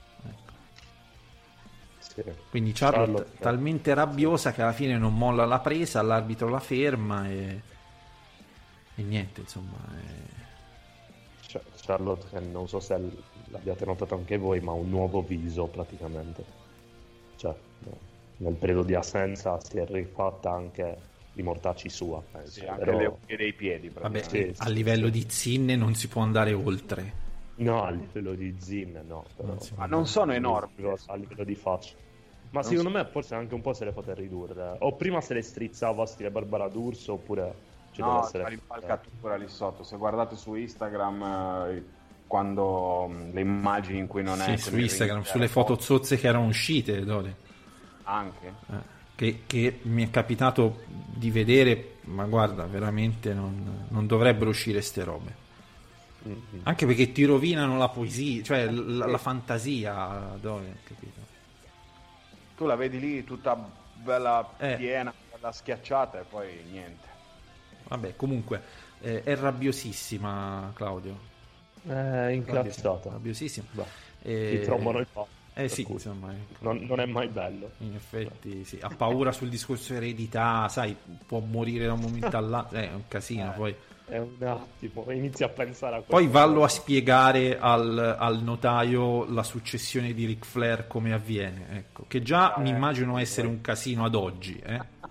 Sì. Quindi Charlotte, Charlotte, talmente rabbiosa che alla fine non molla la presa, l'arbitro la ferma e, e niente, insomma. è- Cioè, Charlotte, che non so se l- l'abbiate notato anche voi, ma ha un nuovo viso praticamente. Cioè, no, nel periodo di assenza si è rifatta anche di mortacci sua, penso. Sì, anche Però- le occhie dei piedi. Vabbè, praticamente. Sì, a sì, livello sì. di zinne non si può andare oltre. No, a livello di Zin, no. Però, Non si può Ma non sono enormi. a livello di faccia. Ma Non secondo so- me forse anche un po' se le fate ridurre. O prima se le strizzava stile Barbara D'Urso, oppure ci deve No, essere. fa l'impalcatura lì sotto. Se guardate su Instagram, eh, quando mh, le immagini in cui non Sì, è su con il Instagram, ring, sulle eh, foto zozze che erano uscite, Dore. anche. Eh, che, che mi è capitato di vedere, ma guarda, veramente non, non dovrebbero uscire ste robe. Mm-hmm. Anche perché ti rovinano la poesia, cioè la, la fantasia, Dore, capito? Tu la vedi lì tutta bella Eh. piena, bella schiacciata e poi niente. Vabbè, comunque eh, è rabbiosissima, Claudio. Eh, inclassata. Rabbiosissima. Beh, Eh, ti trombano il fatto. Eh sì, insomma, ecco. Non, non è mai bello. In effetti sì, ha paura sul discorso eredità, sai, può morire da un momento all'altro, eh, è un casino, poi. È un attimo, inizi a pensare a questo. Poi vallo a spiegare al, al notaio la successione di Ric Flair come avviene, ecco, che già Ah, mi eh, immagino sì, essere poi. un casino ad oggi, eh.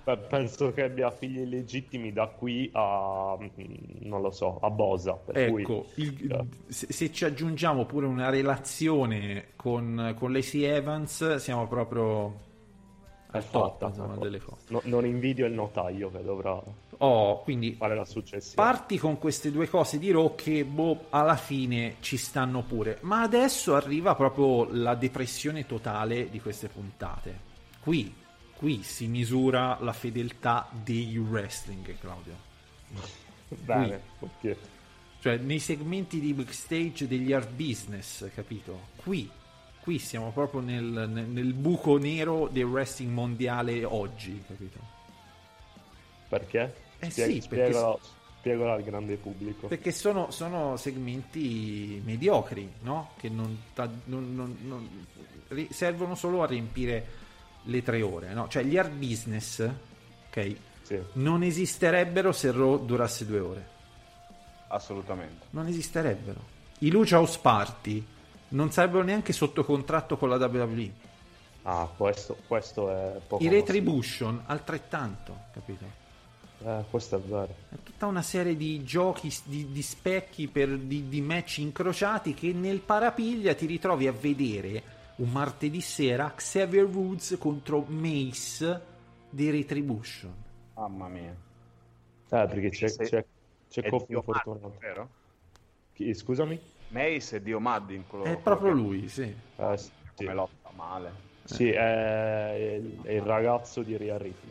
Penso che abbia figli illegittimi da qui a, non lo so, a Bosa. Per ecco, cui... il, se, se ci aggiungiamo pure una relazione con, con Lacey Evans, siamo proprio al È top, fatta, insomma, ecco. delle cose. No, non invidio il notaio che dovrà Oh, quindi fare la successione. parti con queste due cose di Raw che boh, alla fine ci stanno pure, ma adesso arriva proprio la depressione totale di queste puntate. Qui Qui si misura la fedeltà dei wrestling, Claudio. Bene, ok. Cioè, nei segmenti di backstage degli hard business, capito? Qui, qui siamo proprio nel, nel, nel buco nero del wrestling mondiale oggi, capito? Perché? Eh Spie- sì, perché, spiegalo, spiegalo al grande pubblico. perché sono, sono segmenti mediocri, no? Che non, non, non, non ri- servono solo a riempire le tre ore, no? Cioè gli hard business, ok, Sì. non esisterebbero se Raw durasse due ore. Assolutamente. Non esisterebbero. I Lucha House Party non sarebbero neanche sotto contratto con la W W E. Ah, questo, questo è poco. I Retribution altrettanto, capito? Eh, questo è vero. È tutta una serie di giochi, di, di specchi per, di, di match incrociati che nel parapiglia ti ritrovi a vedere un martedì sera Xavier Woods contro Mace di Retribution. Mamma mia. Eh, perché c'è, Mace c'è, c'è è Kofi Dio infortunato. Maddin, vero? Chi, scusami? Mace è Dio Maddin, quello, È quello proprio che- lui, sì. Eh, sì, come lotta male. sì è, il, è il ragazzo di Rhea Ripley.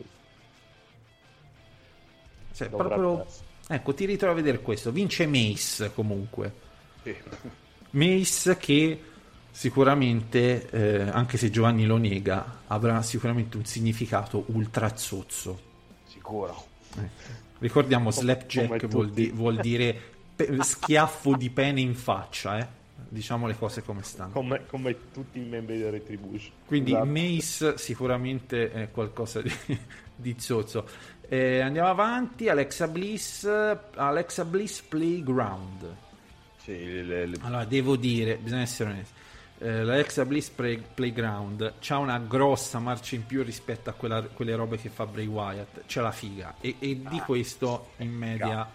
Cioè, Dovrebbe proprio... essere. Ecco, ti ritrovi a vedere questo. Vince Mace comunque. Sì. Mace che sicuramente, eh, anche se Giovanni lo nega, avrà sicuramente un significato ultra zozzo. Sicuro. Ricordiamo, Come- slapjack come vuol, tutti. di- vuol dire pe- schiaffo di pene in faccia, eh? Diciamo le cose come stanno. Come, come tutti i membri di Retribution. Quindi Esatto. Mace sicuramente è qualcosa di, di zozzo. Eh, andiamo avanti. Alexa Bliss, Alexa Bliss Playground. Sì, le- le- le- Allora, devo dire, bisogna essere onesti. Eh, l'Alexa Bliss Play- Playground c'ha una grossa marcia in più rispetto a quella- quelle robe che fa Bray Wyatt. C'è la figa. E, e di questo in media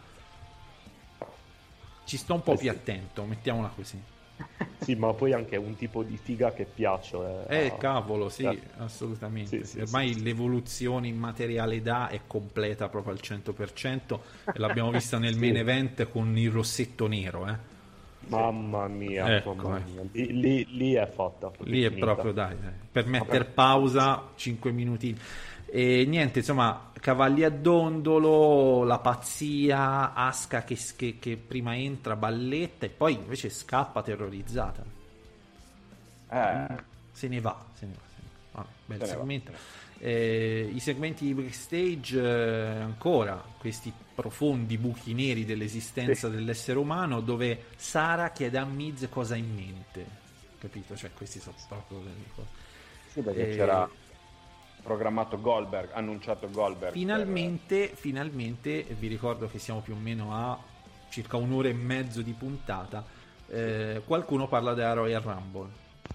ci sto un po' Eh più sì. attento, mettiamola così. Sì, ma poi anche un tipo di figa che piace. Eh, a- cavolo, sì, Eh. assolutamente. Sì, sì, Ormai sì, sì. l'evoluzione in materialità è completa proprio al cento per cento e l'abbiamo vista nel Sì. main event con il rossetto nero, eh. Mamma mia, Ecco, mamma eh. mia. Lì, lì- lì è fatta. Lì è finita. proprio, dai, dai, per mettere pausa cinque minuti. E niente, insomma, cavalli a dondolo, la pazzia, Asuka che, che, che prima entra, balletta e poi invece scappa terrorizzata. eh, Se ne va, se ne va. Se ne va. Vabbè, bel Se ne va, segmento. se ne Eh, I segmenti di backstage, eh, ancora questi profondi buchi neri dell'esistenza dell'essere umano, dove Sara chiede a Miz cosa ha in mente, capito? Cioè, questi sono proprio delle cose. sì, perché Eh, c'era programmato Goldberg, annunciato Goldberg. Finalmente, finalmente, vi ricordo che siamo più o meno a circa un'ora e mezzo di puntata. eh, qualcuno parla della Royal Rumble.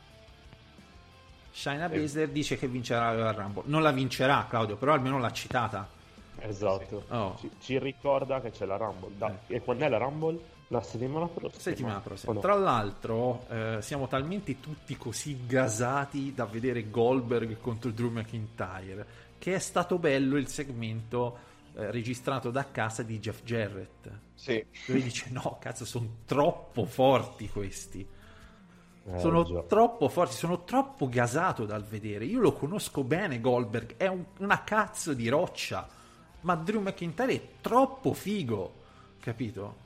Shayna Baszler dice che vincerà la Royal Rumble. Non la vincerà, Claudio, però almeno l'ha citata. Esatto. Oh. Ci, ci ricorda che c'è la Rumble. Da- E quando è la Rumble? La settimana prossima. Settimana prossima. O no? Tra l'altro, eh, siamo talmente tutti così gasati da vedere Goldberg contro Drew McIntyre che è stato bello il segmento eh, registrato da casa di Jeff Jarrett. Sì. Lui dice: no, cazzo, sono troppo forti questi. Eh, Sono già. troppo forti, sono troppo gasato dal vedere. Io lo conosco bene Goldberg, è un- una cazzo di roccia, ma Drew McIntyre è troppo figo, capito?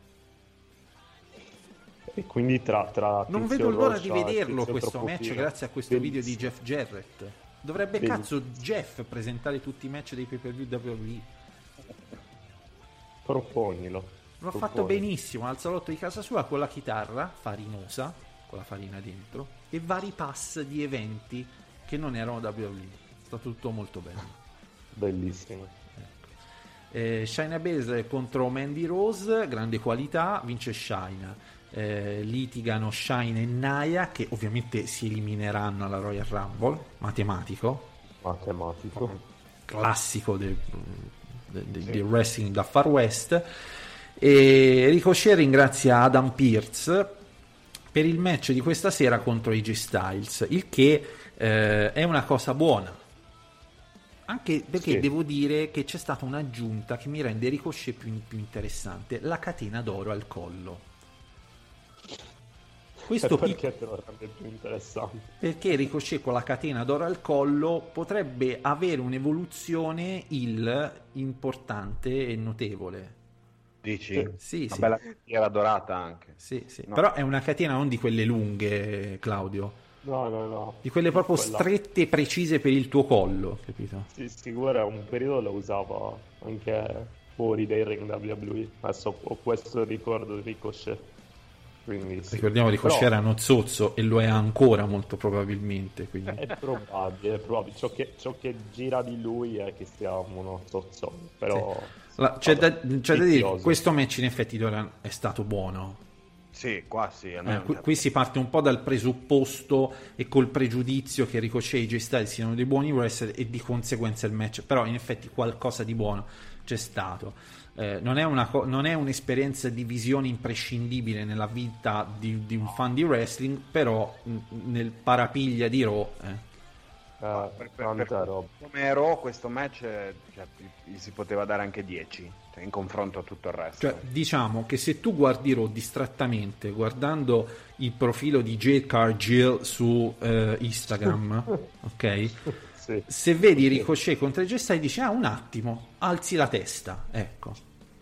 E quindi tra, tra Non Tizio vedo l'ora Rocha di e vederlo Tizio questo troppo match figo. grazie a questo video di Bellissimo. Jeff Jarrett. Dovrebbe Bellissimo. cazzo Jeff presentare tutti i match dei pay-per-view W W E. Proponilo. L'ha fatto benissimo al salotto di casa sua con la chitarra farinosa, con la farina dentro, e vari pass di eventi che non erano W W E. È stato tutto molto bello. Bellissimo. Eh, Shayna Baszler contro Mandy Rose, grande qualità, vince Shayna. Eh, litigano Shayna e Naya, che ovviamente si elimineranno alla Royal Rumble, matematico. Matematico. classico del, del, del, sì. del wrestling da Far West. E Ricochet ringrazia Adam Pearce per il match di questa sera contro A J Styles, il che eh, è una cosa buona, anche perché sì. devo dire che c'è stata un'aggiunta che mi rende Ricochet più, più interessante: la catena d'oro al collo. Questo perché te lo rende più interessante? Perché Ricochet con la catena d'oro al collo potrebbe avere un'evoluzione il importante e notevole. Dici? Sì, una sì. bella catena dorata anche. Sì, sì. No. Però è una catena non di quelle lunghe, Claudio. No, no, no. Di quelle proprio Quella... strette e precise per il tuo collo, capito? Sì, sicuro un periodo lo usava anche fuori dai ring W W E. Adesso ho questo ricordo di Ricochet. Quindi, sì. Ricordiamo che Ricochet Però... era nozzozzo e lo è ancora molto probabilmente. Quindi... È probabile, è probabile. Ciò che, ciò che gira di lui è che sia uno zozzone. Però... Sì. La, c'è, da, c'è da dire che questo match in effetti Doran è stato buono. Sì, qua sì. Eh, qui, qui si parte un po' dal presupposto e col pregiudizio che Ricochet e A J Styles siano dei buoni wrestler e di conseguenza il match, però in effetti qualcosa di buono c'è stato. Eh, non, è una co- non è un'esperienza di visione imprescindibile nella vita di, di un fan di wrestling, però n- nel parapiglia di Raw eh. Uh, per, per, per, come ero questo match, cioè, gli si poteva dare anche dieci, cioè, in confronto a tutto il resto. Cioè, diciamo che se tu guardi Raw distrattamente guardando il profilo di Jade Cargill su eh, Instagram ok, sì. Se vedi Ricochet contro A J Styles dici ah un attimo, alzi la testa, ecco,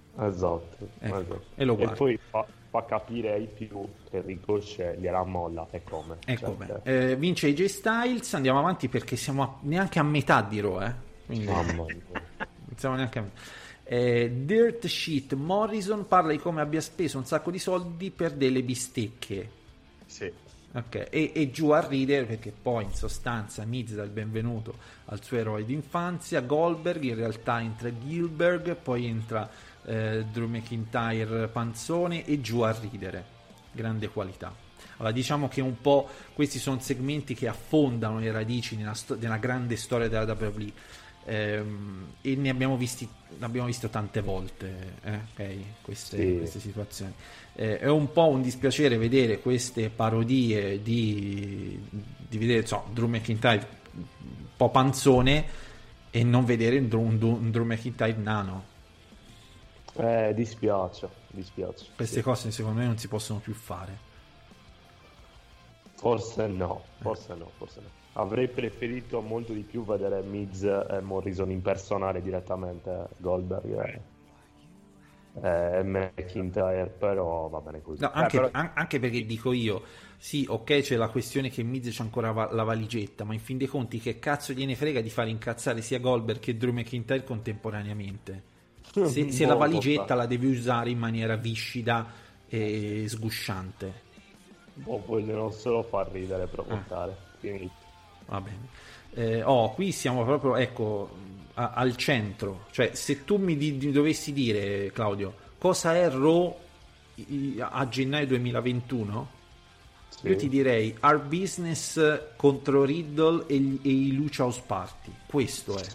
esatto, ecco. esatto. E lo guardi e poi fa, fa capire ai più che Ricochet gliela molla e come, ecco, cioè, eh, vince A J Styles. Andiamo avanti perché siamo a, neanche a metà di Raw, eh? Quindi mamma non siamo neanche a metà. eh, Dirt Sheet Morrison parla di come abbia speso un sacco di soldi per delle bistecche, sì. Okay. E, e giù a ridere perché poi in sostanza Miz dà il benvenuto al suo eroe d'infanzia Goldberg, in realtà entra Gilbert, poi entra eh, Drew McIntyre panzone e giù a ridere, grande qualità. Allora diciamo che un po' questi sono segmenti che affondano le radici nella, sto- nella grande storia della W W E, ehm, e ne abbiamo visti l'abbiamo visto tante volte, eh, okay, queste, sì. queste situazioni. Eh, è un po' un dispiacere vedere queste parodie di, di vedere so, Drew McIntyre un po' panzone e non vedere un Drew, un Drew McIntyre nano. Eh, dispiace, dispiace. Queste sì. cose secondo me non si possono più fare. Forse no, forse no, forse no. Avrei preferito molto di più vedere Miz e Morrison impersonare direttamente Goldberg e, e McIntyre, però va bene così. No, anche, eh, però... an- anche perché dico io, sì, ok, c'è la questione che Miz c'ha ancora va- la valigetta, ma in fin dei conti che cazzo gliene frega di fare incazzare sia Goldberg che Drew McIntyre contemporaneamente? Se, se la valigetta la devi usare in maniera viscida e sgusciante. Boh, vogliono solo far ridere e provocare. Ah. Va bene. Eh, oh, qui siamo proprio, ecco, a- al centro. Cioè, se tu mi di- dovessi dire, Claudio, cosa è Raw i- a gennaio duemilaventuno? Sì. Io ti direi Our Business contro Riddle e, gli- e i Lucha House Party. Questo è.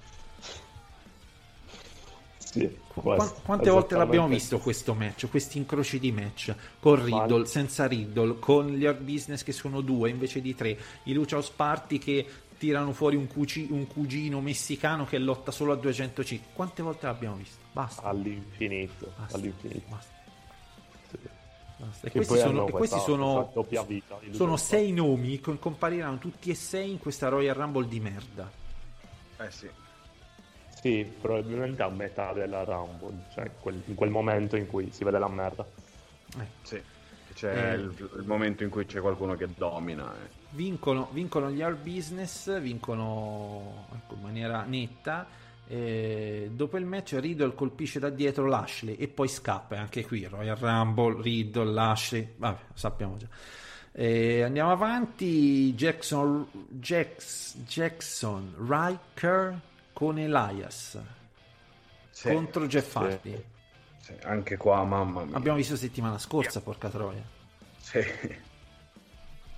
Sì, Qu- quante volte l'abbiamo visto questo match, questi incroci di match con Riddle, Ma... senza Riddle, con gli Our Business che sono due invece di tre, i Lucha House Party che tirano fuori un, cuci- un cugino messicano che lotta solo a duecento C. Quante volte l'abbiamo visto? Basta. All'infinito. Basta. All'infinito. Basta. Sì. Basta. E questi sono, e questi sono, vita, sono sei nomi che compariranno tutti e sei in questa Royal Rumble di merda. Eh sì. Sì, probabilmente a metà della Rumble, cioè quel, in quel momento in cui si vede la merda. Eh. Sì, c'è eh. il, il momento in cui c'è qualcuno che domina. Eh. Vincono, vincono gli Our Business, vincono ecco, in maniera netta. E dopo il match Riddle colpisce da dietro Lashley e poi scappa. Anche qui Royal Rumble, Riddle, Lashley, vabbè, sappiamo già. E andiamo avanti. Jackson, Jax, Jackson Riker con Elias sì, contro Jeff Hardy. Sì, sì, anche qua, mamma mia. Abbiamo visto settimana scorsa, porca troia. Sì.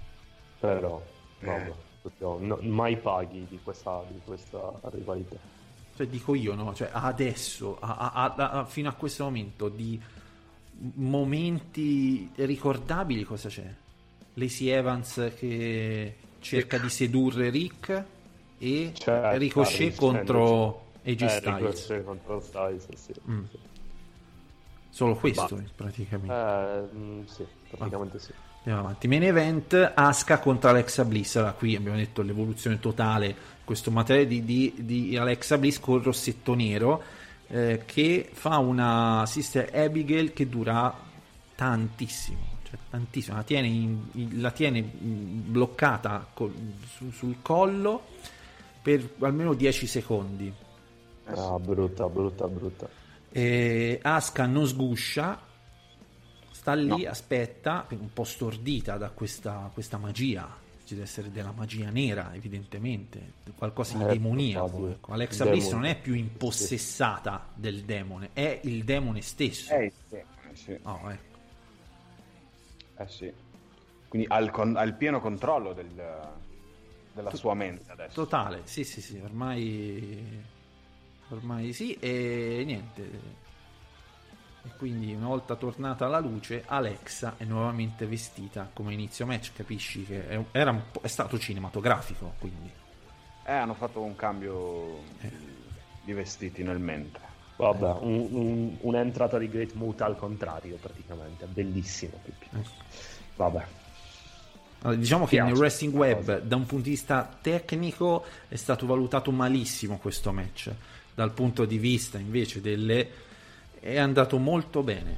Però, no, no, mai paghi di questa, di questa rivalità. Cioè dico io, no? Cioè adesso, a, a, a, a, fino a questo momento, di momenti ricordabili cosa c'è? Lacey Evans che cerca di sedurre Rick e C'è Ricochet Carly contro A J Eh, Styles. Ricochet contro Styles, sì. Mm. Solo questo, Bah. praticamente. Eh, mm, sì, praticamente sì. Andiamo avanti. Main event, Asuka contro Alexa Bliss. Allora, qui abbiamo detto l'evoluzione totale, questo materiale di, di, di Alexa Bliss con il rossetto nero, eh, che fa una Sister Abigail che dura tantissimo, cioè tantissimo. La tiene, in, in- la tiene mm, bloccata col- su- sul collo per almeno dieci secondi. Ah, brutta, brutta, brutta. E Asuka non sguscia, sta lì, No. aspetta, un po' stordita da questa, questa magia. Ci deve essere della magia nera, evidentemente, qualcosa di Eh, demoniaco. probabile. Ecco. Alexa Demone. Bliss non è più impossessata del demone, è il demone stesso. Eh sì, eh sì, Oh, ecco. eh sì. Quindi ha il, con- ha il pieno controllo del- della sua mente adesso. Totale, sì, sì, sì, ormai, ormai sì, e niente. E quindi una volta tornata alla luce, Alexa è nuovamente vestita come inizio match, capisci che è, era un po', è stato cinematografico, quindi. Eh, hanno fatto un cambio di vestiti nel mentre. Vabbè, un- un- un'entrata di Great Muta al contrario, praticamente. Bellissimo. Pippi. Ecco. Vabbè. Allora, diciamo che Piace nel wrestling questa web, cosa. da un punto di vista tecnico, è stato valutato malissimo questo match. Dal punto di vista invece delle, è andato molto bene.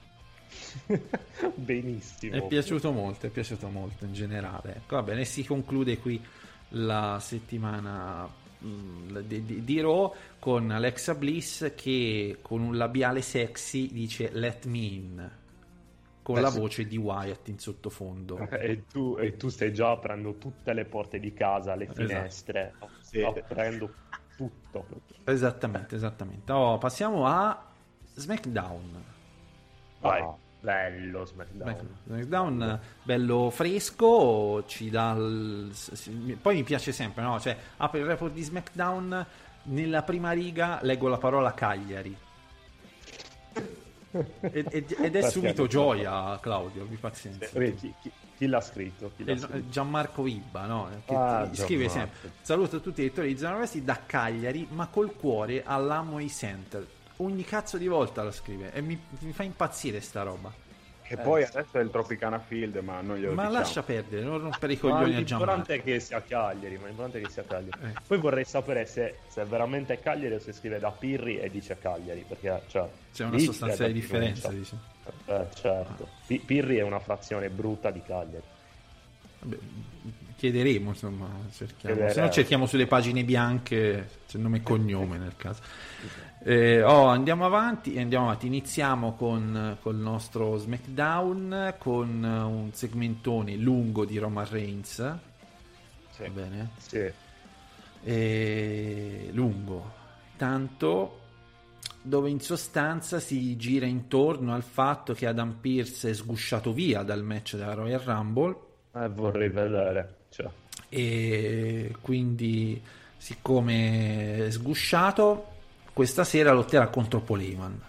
Benissimo. È piaciuto molto, è piaciuto molto in generale. Ecco, va bene, si conclude qui la settimana mh, di, di, di Raw con Alexa Bliss che con un labiale sexy dice "Let me in", con Eh la sì. voce di Wyatt in sottofondo. E tu, e tu stai già aprendo tutte le porte di casa, le Esatto. finestre, Sì. aprendo tutto. Esattamente, esattamente. Oh, passiamo a SmackDown. Vai, Ah. bello SmackDown. SmackDown bello fresco, ci dà il- s- s- poi mi piace sempre, no? Cioè, apre il report di SmackDown, nella prima riga leggo la parola Cagliari. Ed, ed- ed è subito gioia, Claudio, abbi pazienza. Eh, Chi, chi- chi l'ha scritto? Chi l'ha È scritto? Gianmarco Ibba, no? Che Ah, ti scrive Gianmarco. sempre: saluto tutti i lettori di Zona Wrestling da Cagliari, ma col cuore all'Amway Center. Ogni cazzo di volta lo scrive e mi, mi fa impazzire sta roba. Che poi adesso è il Tropicana Field, ma non glielo Ma diciamo. lascia perdere, non rompere i Ma coglioni a Gianmarco. l'importante è che sia Cagliari, ma l'importante è che sia Cagliari. Eh. Poi vorrei sapere se, se veramente è Cagliari o se scrive da Pirri e dice Cagliari, perché cioè, C'è una lì sostanziale c'è da differenza, pronuncia. dici. Eh, certo. Pi- Pirri è una frazione brutta di Cagliari. Vabbè, chiederemo, insomma, cerchiamo. Chiederemo. Se no cerchiamo sulle pagine bianche, c'è nome e cognome nel caso. Eh, oh, andiamo avanti, andiamo avanti. Iniziamo con col nostro SmackDown con un segmentone lungo di Roman Reigns. Sì. Va bene? Sì. E lungo tanto, dove in sostanza si gira intorno al fatto che Adam Pearce è sgusciato via dal match della Royal Rumble. Eh, vorrei vedere. Cioè. E quindi, siccome è sgusciato, questa sera lotterà contro Paul Heyman.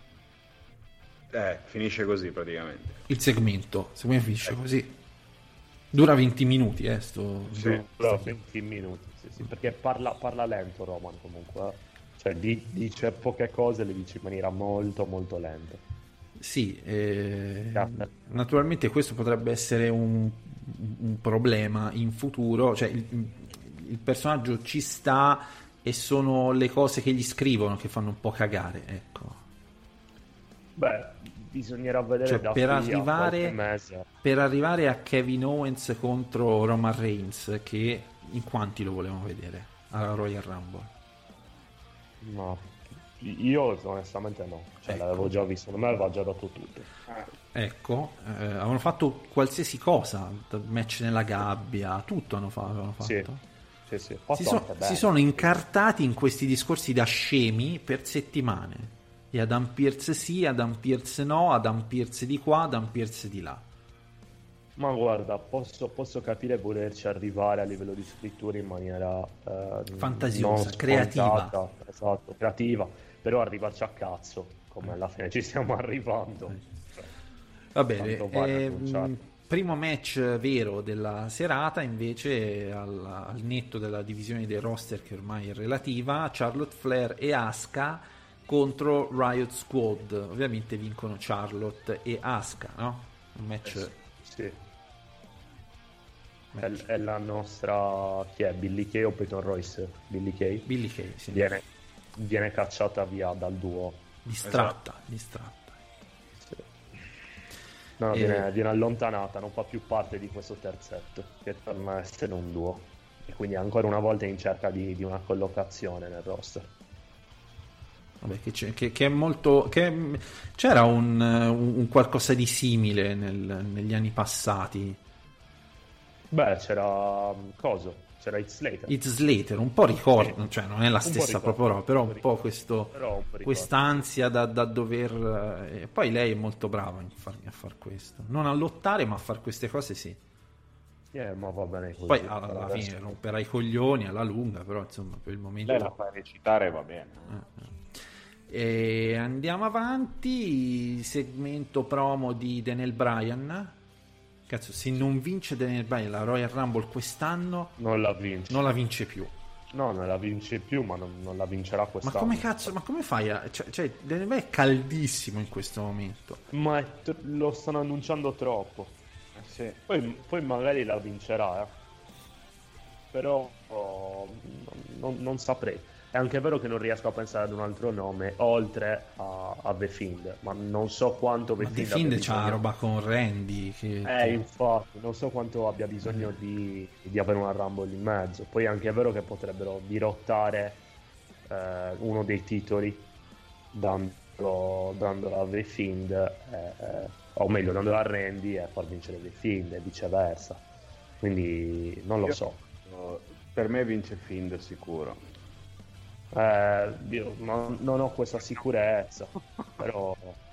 Eh, finisce così praticamente. Il segmento, se vuoi finisce così. Dura venti minuti, eh, sto... Sì. Però venti minuti, sì, sì, perché parla, parla lento Roman comunque. eh. Cioè di- dice poche cose, le dice in maniera molto molto lenta. Sì, eh, Certo. naturalmente questo potrebbe essere un, un problema in futuro, cioè il, il personaggio ci sta e sono le cose che gli scrivono che fanno un po' cagare, ecco. Beh, bisognerà vedere Cioè, da per qui a arrivare- qualche mese. Per arrivare a Kevin Owens contro Roman Reigns, che in quanti lo volevamo vedere alla Royal Rumble? No, io onestamente no, cioè Ecco. l'avevo già visto, secondo me aveva già dato tutto. Ecco, eh, avevano fatto qualsiasi cosa, dal match nella gabbia, tutto hanno fa- avevano fatto. Sì, sì, sì. Fatto Si, so- anche bene. si sono incartati in questi discorsi da scemi per settimane. E Adam Pearce sì, Adam Pearce no, Adam Pearce di qua, Adam Pearce di là. Ma guarda, posso, posso capire volerci arrivare a livello di scrittura in maniera eh, fantasiosa, non creativa. scontata, esatto, creativa, però arrivarci a cazzo, come alla fine ci stiamo arrivando. Va bene, Tanto vale eh, annunciare. primo match vero della serata invece al, al netto della divisione dei roster che ormai è relativa, Charlotte Flair e Asuka contro Riot Squad. Ovviamente vincono Charlotte e Asuka, no? Un match... Eh sì. È, è la nostra... chi è? Billie Kay o Peyton Royce? Billie Kay? Billie Kay, sì. Viene, viene cacciata via dal duo. Distratta, distratta. Sì. No, E- viene, viene allontanata, non fa più parte di questo terzetto, che torna a essere un duo. E quindi ancora una volta è in cerca di, di una collocazione nel roster. Vabbè, che, c'è- che- che è molto che c'era un, un- un qualcosa di simile nel- negli anni passati. Beh, c'era... coso? C'era Heath Slater. Heath Slater un po' ricordo, Sì. cioè non è la Un po' stessa ricordo, proprio roba, però un un po' po' ricordo. questo Però un po' ricordo. quest'ansia da, da dover eh, e poi lei è molto brava in far, a far questo, non a lottare ma a far queste cose sì. Eh, ma va bene così. Poi alla, alla Adesso- fine romperà i coglioni alla lunga, però insomma per il momento Lei la fa recitare, va bene. E andiamo avanti, segmento promo di Daniel Bryan. Cazzo, se non vince Daniel Bryan la Royal Rumble quest'anno Non la vince. non la vince più. No, non la vince più, ma non, non la vincerà Ma quest'anno. come cazzo, ma come fai a... Cioè, cioè Daniel Bryan è caldissimo in questo momento. Ma è tr- lo stanno annunciando troppo. Eh sì. Poi, poi magari la vincerà, eh. Però oh, non, non saprei. È anche vero che non riesco a pensare ad un altro nome oltre a, a The Fiend, ma non so quanto The Ma The Fiend Fiend abbia c'ha bisogno- roba con Randy che, Eh, che- infatti, non so quanto abbia bisogno di, di avere una Rumble in mezzo. Poi è anche vero che potrebbero dirottare eh, uno dei titoli dandolo, dandolo a The Fiend, eh, eh, o meglio, dandolo a Randy e far vincere The Fiend e viceversa. Quindi non lo Io- so. Per me vince Fiend sicuro. Eh, io non, non ho questa sicurezza, però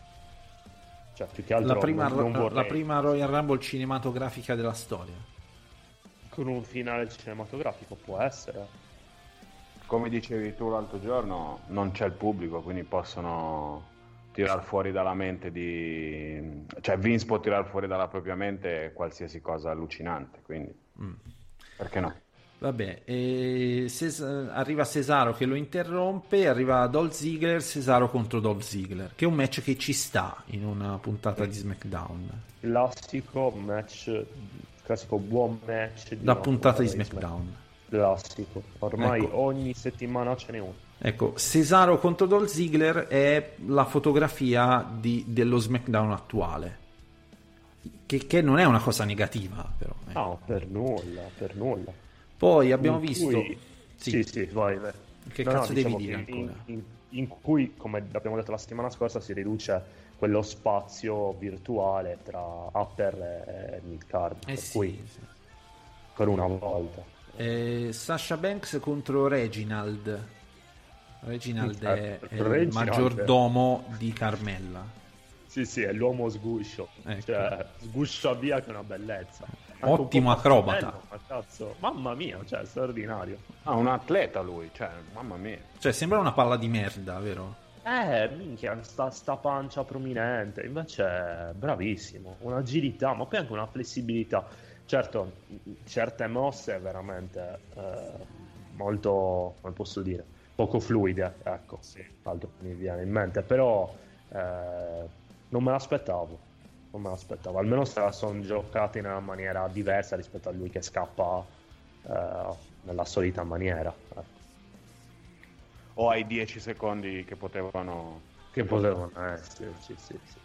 cioè, più che altro la, prima, non, non la vorrei prima Royal Rumble cinematografica della storia. con un finale cinematografico può essere. Come dicevi tu l'altro giorno, non c'è il pubblico, quindi possono tirar fuori dalla mente di... Cioè Vince può tirar fuori dalla propria mente qualsiasi cosa allucinante, quindi perché no? Vabbè, e Ces- arriva Cesaro che lo interrompe, arriva Dolph Ziggler, Cesaro contro Dolph Ziggler, che è un match che ci sta in una puntata di SmackDown. Classico match, classico buon match di Da una puntata di Smack- SmackDown. Classico, ormai Ecco. ogni settimana ce n'è uno. Ecco, Cesaro contro Dolph Ziggler è la fotografia di- dello SmackDown attuale. Che, che non è una cosa negativa, però. eh. No, per nulla, per nulla. Poi abbiamo In visto... cui- Sì. Sì, sì, vai, vai. Che No, no, cazzo devi diciamo dire che in, ancora? in- in cui, come abbiamo detto la settimana scorsa, si riduce quello spazio virtuale tra upper e mid card. Eh per sì, cui, sì. per una volta. Eh, Sasha Banks contro Reginald. Reginald è, Eh, è il Reginald. maggiordomo di Carmella. Sì, sì, è l'uomo sguscio. Ecco. Cioè, sguscia via che è una bellezza. Anche un Ottimo po' acrobata. bello, ma cazzo, mamma mia, cioè, straordinario. Ah, un atleta lui, cioè, mamma mia. Cioè, sembra una palla di merda, vero? Eh, minchia, sta, sta pancia prominente, invece è bravissimo, un'agilità, ma poi anche una flessibilità. Certo, certe mosse veramente eh, molto, come posso dire, poco fluide, ecco, altro che mi viene in mente, però eh, non me l'aspettavo, non me l'aspettavo, almeno se la sono giocata in una maniera diversa rispetto a lui che scappa eh, nella solita maniera, ecco. O ai dieci secondi che potevano... Che potevano essere, sì, sì, sì.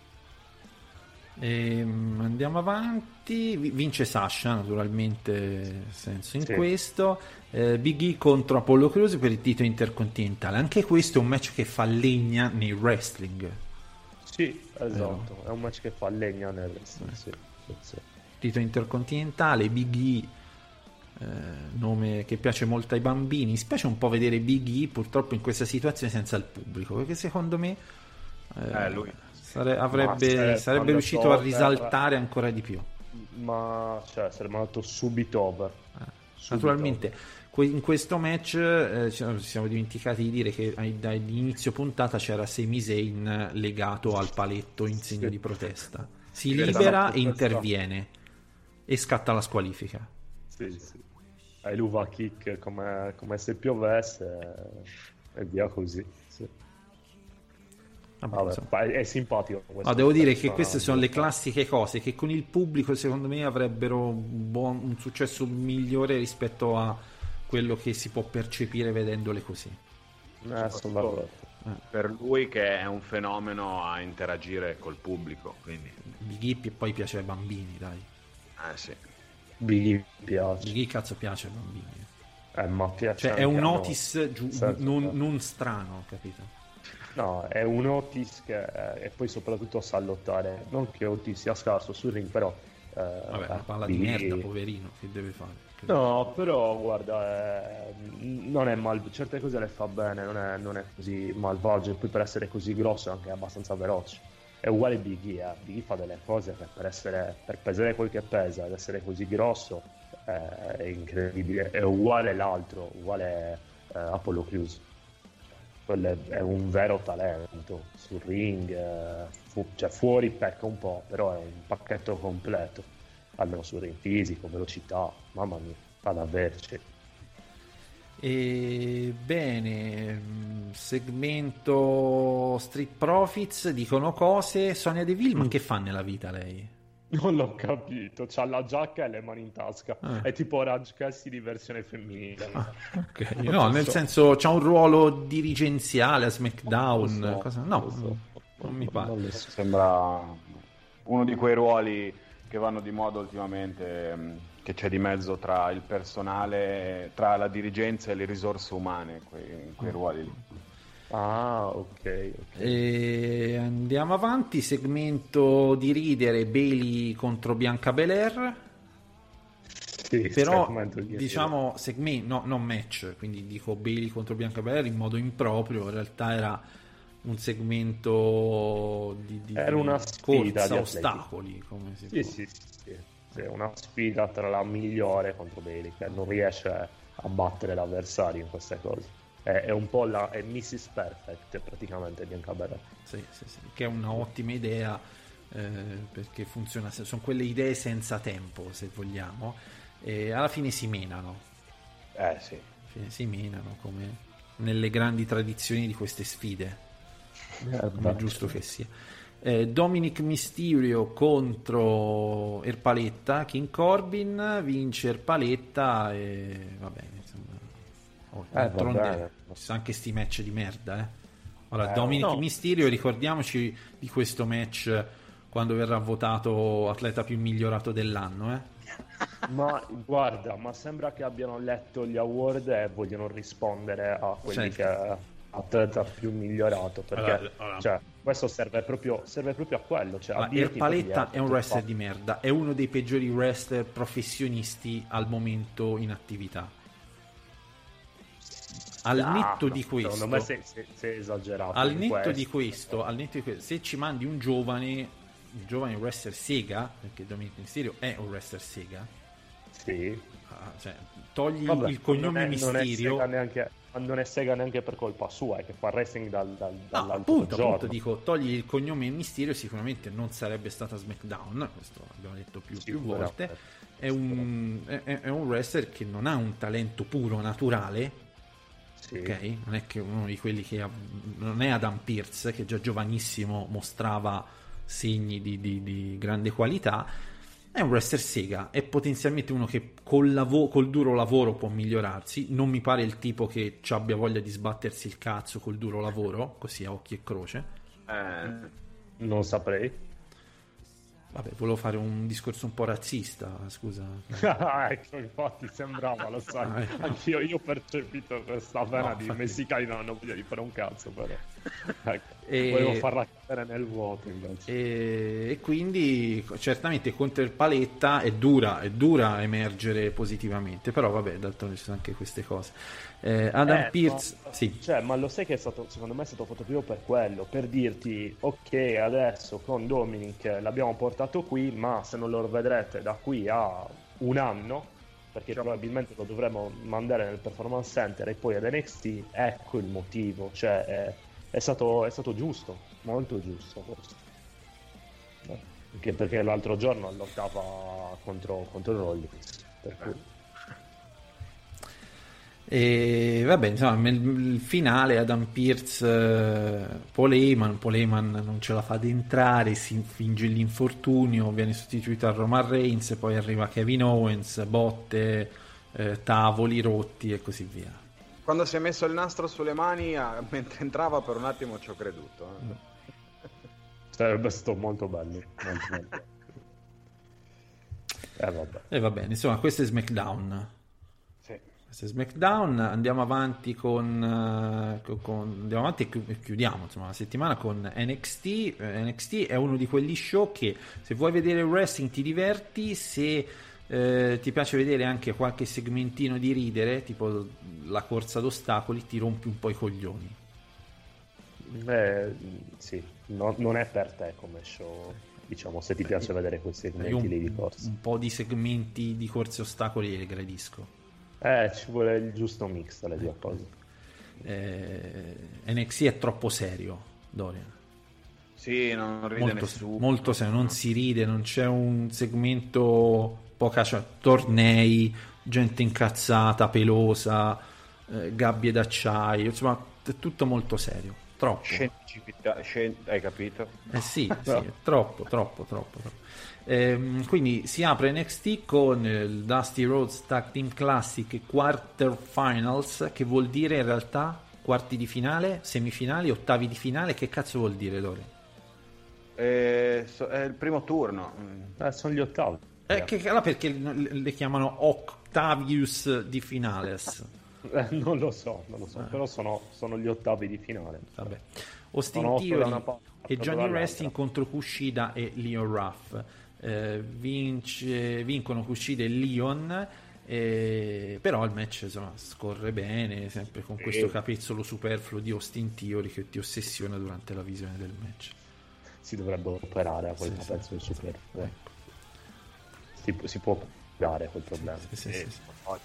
Ehm, andiamo avanti. Vi- Vince Sasha, naturalmente, senso in Sì. questo. Eh, Big E contro Apollo Crews per il titolo intercontinentale. Anche questo è un match che fa legna nel wrestling. Sì, esatto, è un match che fa legna nel wrestling, sì, sì, sì. Titolo intercontinentale, Big E, eh, nome che piace molto ai bambini. Spiace un po' vedere Big E purtroppo in questa situazione senza il pubblico, perché secondo me eh, Eh, lui. sare- avrebbe, Ma se- sarebbe quando riuscito a torna- risaltare ancora di più. ma cioè, sarebbe andato subito over. Eh, Subito naturalmente over. que- in questo match eh, ci ci siamo dimenticati di dire che ai- dall'inizio puntata c'era Sami Zayn legato al paletto in segno Sì. di protesta. Si Che libera esatto, e interviene e scatta la squalifica. Sì, sì. E lui va kick come, come se piovesse e via così. Sì. Vabbè, Vabbè, insomma. fa- è, è simpatico questo No, devo dire che personaggio. queste sono le classiche cose che con il pubblico secondo me avrebbero un, buon, un successo migliore rispetto a quello che si può percepire vedendole così. Eh, sono d'accordo. Per lui che è un fenomeno a interagire col pubblico, quindi Big E poi piace ai bambini, dai. eh sì. Biggie piace. Big E cazzo piace ai bambini. Eh, ma piace Cioè è anche un a noi. Otis giu- Certo, non, certo. non strano, capito? No, è un Otis che eh, e poi soprattutto sa lottare. Non che Otis sia scarso sul ring, però eh, Vabbè, eh, parla di Biggie- merda, poverino, che deve fare? No, però guarda, eh, non è mal, certe cose le fa bene, non è, non è così malvagio, e poi per essere così grosso è anche abbastanza veloce. È uguale Big E, eh. Big E fa delle cose che per essere, per pesare quel che pesa ed essere così grosso eh, è incredibile. È uguale l'altro, uguale eh, Apollo Crews. Quello è, è un vero talento sul ring, eh, fu- cioè fuori pecca un po', però è un pacchetto completo. Almeno sul ring, fisico, velocità, mamma mia, fa da averci. E bene, mh, segmento Street Profits, dicono cose. Sonia Deville, ma che fa nella vita lei? Non l'ho capito, c'ha la giacca e le mani in tasca. Ah. È tipo Raj Cassidy versione femminile. Ok, Non no, lo nel so. senso c'ha un ruolo dirigenziale a SmackDown. Non lo so, cosa- non No, lo so. non mi pare. Non lo so. Sembra uno di quei ruoli che vanno di moda ultimamente, mh, che c'è di mezzo tra il personale, tra la dirigenza e le risorse umane, quei, quei ruoli lì. Ah, ok, ok. E andiamo avanti, segmento di ridere, Bayley contro Bianca Belair. Sì, Però segmento di- diciamo segmento, no, non match, quindi dico Bayley contro Bianca Belair in modo improprio, in realtà era un segmento di, di Era una di sfida corsa di ostacoli, come si Sì, può. sì, sì, sì. Sì, una sfida tra la migliore contro Bailey, che non riesce a battere l'avversario in queste cose. È, è un po' la è missus Perfect praticamente Bianca Belair. Sì, sì, sì, che è una ottima idea, eh, perché funziona, sono quelle idee senza tempo, se vogliamo, e alla fine si menano, Eh sì. alla fine si menano come nelle grandi tradizioni di queste sfide, come è giusto che sia. Eh, Dominic Mysterio contro Erpaletta, King Corbin, vince Erpaletta e va bene, insomma. Oh, va d'altronde bene. ci sono anche sti match di merda, eh. Ora, Eh, Dominic no. Mysterio, ricordiamoci di questo match quando verrà votato atleta più migliorato dell'anno, eh. Ma guarda, ma sembra che abbiano letto gli award e vogliono rispondere a quelli Certo. che atleta più migliorato, perché Allora, allora. Cioè, questo serve proprio, serve proprio a quello. Cioè, Ma abbiati per gli Erpaletta altri, è un tu wrestler fa- di merda, è uno dei peggiori wrestler professionisti al momento in attività. Al Ah, netto no, di questo, secondo me sei, sei- sei esagerato. al in netto di questo, al netto di questo, se ci mandi un giovane, un giovane wrestler Sega, perché Dominic Mysterio è un wrestler Sega, Sì. ah, cioè, togli Vabbè, il cognome non è, non è Mysterio. sega neanche, non è sega neanche per colpa sua, è che fa wrestling dal, dal, No, dall'altro appunto, giorno. appunto, dico, togli il cognome Mysterio, sicuramente non sarebbe stata SmackDown, questo abbiamo detto più, più Sicuramente. volte. È un, è, è un wrestler che non ha un talento puro naturale, Sì. ok? Non è che uno di quelli che ha, non è Adam Pearce, che già giovanissimo mostrava segni di, di- di grande qualità. È un wrestler Sega, è potenzialmente uno che col, lavo- col duro lavoro può migliorarsi. Non mi pare il tipo che ci abbia voglia di sbattersi il cazzo col duro lavoro, così a occhi e croce. Eh, Non saprei. Vabbè, volevo fare un discorso un po' razzista, scusa. Ah, ecco, infatti sembrava, lo sai. Ah, ecco. Anch'io io ho percepito questa vena No, di infatti. messicani non hanno voglia di fare un cazzo, però. Ecco, e, volevo farla cadere nel vuoto invece. E, e quindi certamente contro il paletta è dura, è dura emergere positivamente, però vabbè, d'altronde ci sono anche queste cose. Eh, Adam Eh, Pearce, ma, sì. cioè, ma lo sai che è stato, secondo me è stato fatto proprio per quello, per dirti ok, adesso con Dominic l'abbiamo portato qui, ma se non lo vedrete da qui a un anno, perché probabilmente lo dovremo mandare nel Performance Center e poi ad N X T, ecco il motivo, cioè è, è stato, è stato giusto, molto giusto questo. Anche perché l'altro giorno lottava contro, contro Rollins, per cui... E vabbè, insomma, il finale Adam Pearce, eh, Paul Heyman, Paul Heyman non ce la fa ad entrare, si finge l'infortunio, viene sostituito a Roman Reigns, poi arriva Kevin Owens, botte, eh, tavoli rotti e così via. Quando si è messo il nastro sulle mani, ah, mentre entrava, per un attimo ci ho creduto. Eh. Sarebbe stato molto bello. Molto bello. Eh, vabbè. E va bene, insomma, questo è SmackDown. Sì. Questo è SmackDown. Andiamo avanti con, con, con andiamo avanti e chiudiamo insomma la settimana con N X T. N X T è uno di quegli show che se vuoi vedere il wrestling ti diverti, se eh, ti piace vedere anche qualche segmentino di ridere, tipo la corsa ad ostacoli, ti rompi un po' i coglioni. Eh, sì, no, non è per te come show, diciamo, se ti piace vedere quei segmenti un, lì di corsa. Un po' di segmenti di corse ostacoli li gradisco. Eh, ci vuole il giusto mix tra le due cose. Eh, N X T è troppo serio, Dorian. Sì, non ride molto, nessuno. Molto serio, non si ride, non c'è un segmento poca, cioè, tornei, gente incazzata, pelosa, eh, gabbie d'acciaio, insomma, è tutto molto serio. Troppo. Scientificità, scien- hai capito? Eh sì, sì, è troppo, troppo, troppo, troppo. Ehm, quindi si apre N X T con il Dusty Rhodes Tag Team Classic Quarter Finals, che vuol dire in realtà quarti di finale, semifinali, ottavi di finale. Che cazzo vuol dire, Dore? Eh, so- è il primo turno. Eh, sono gli ottavi. Eh, che, allora perché le chiamano Octavius di Finales? Eh, non lo so, non lo so, però sono, sono gli ottavi di finale. Vabbè. Austin Sono otto da Theory una parte, e otto Johnny dall'altra. Wrestling contro Kushida e Leon Ruff. Eh, vince, vincono Kushida e Leon, eh, però il match insomma scorre bene, sempre con questo Sì. capezzolo superfluo di Austin Theory che ti ossessiona durante la visione del match. Si dovrebbe operare a quel Sì, pezzo sì, di super. sì. Eh. Si, si può operare quel problema. Sì, sì, sì, sì. Oh,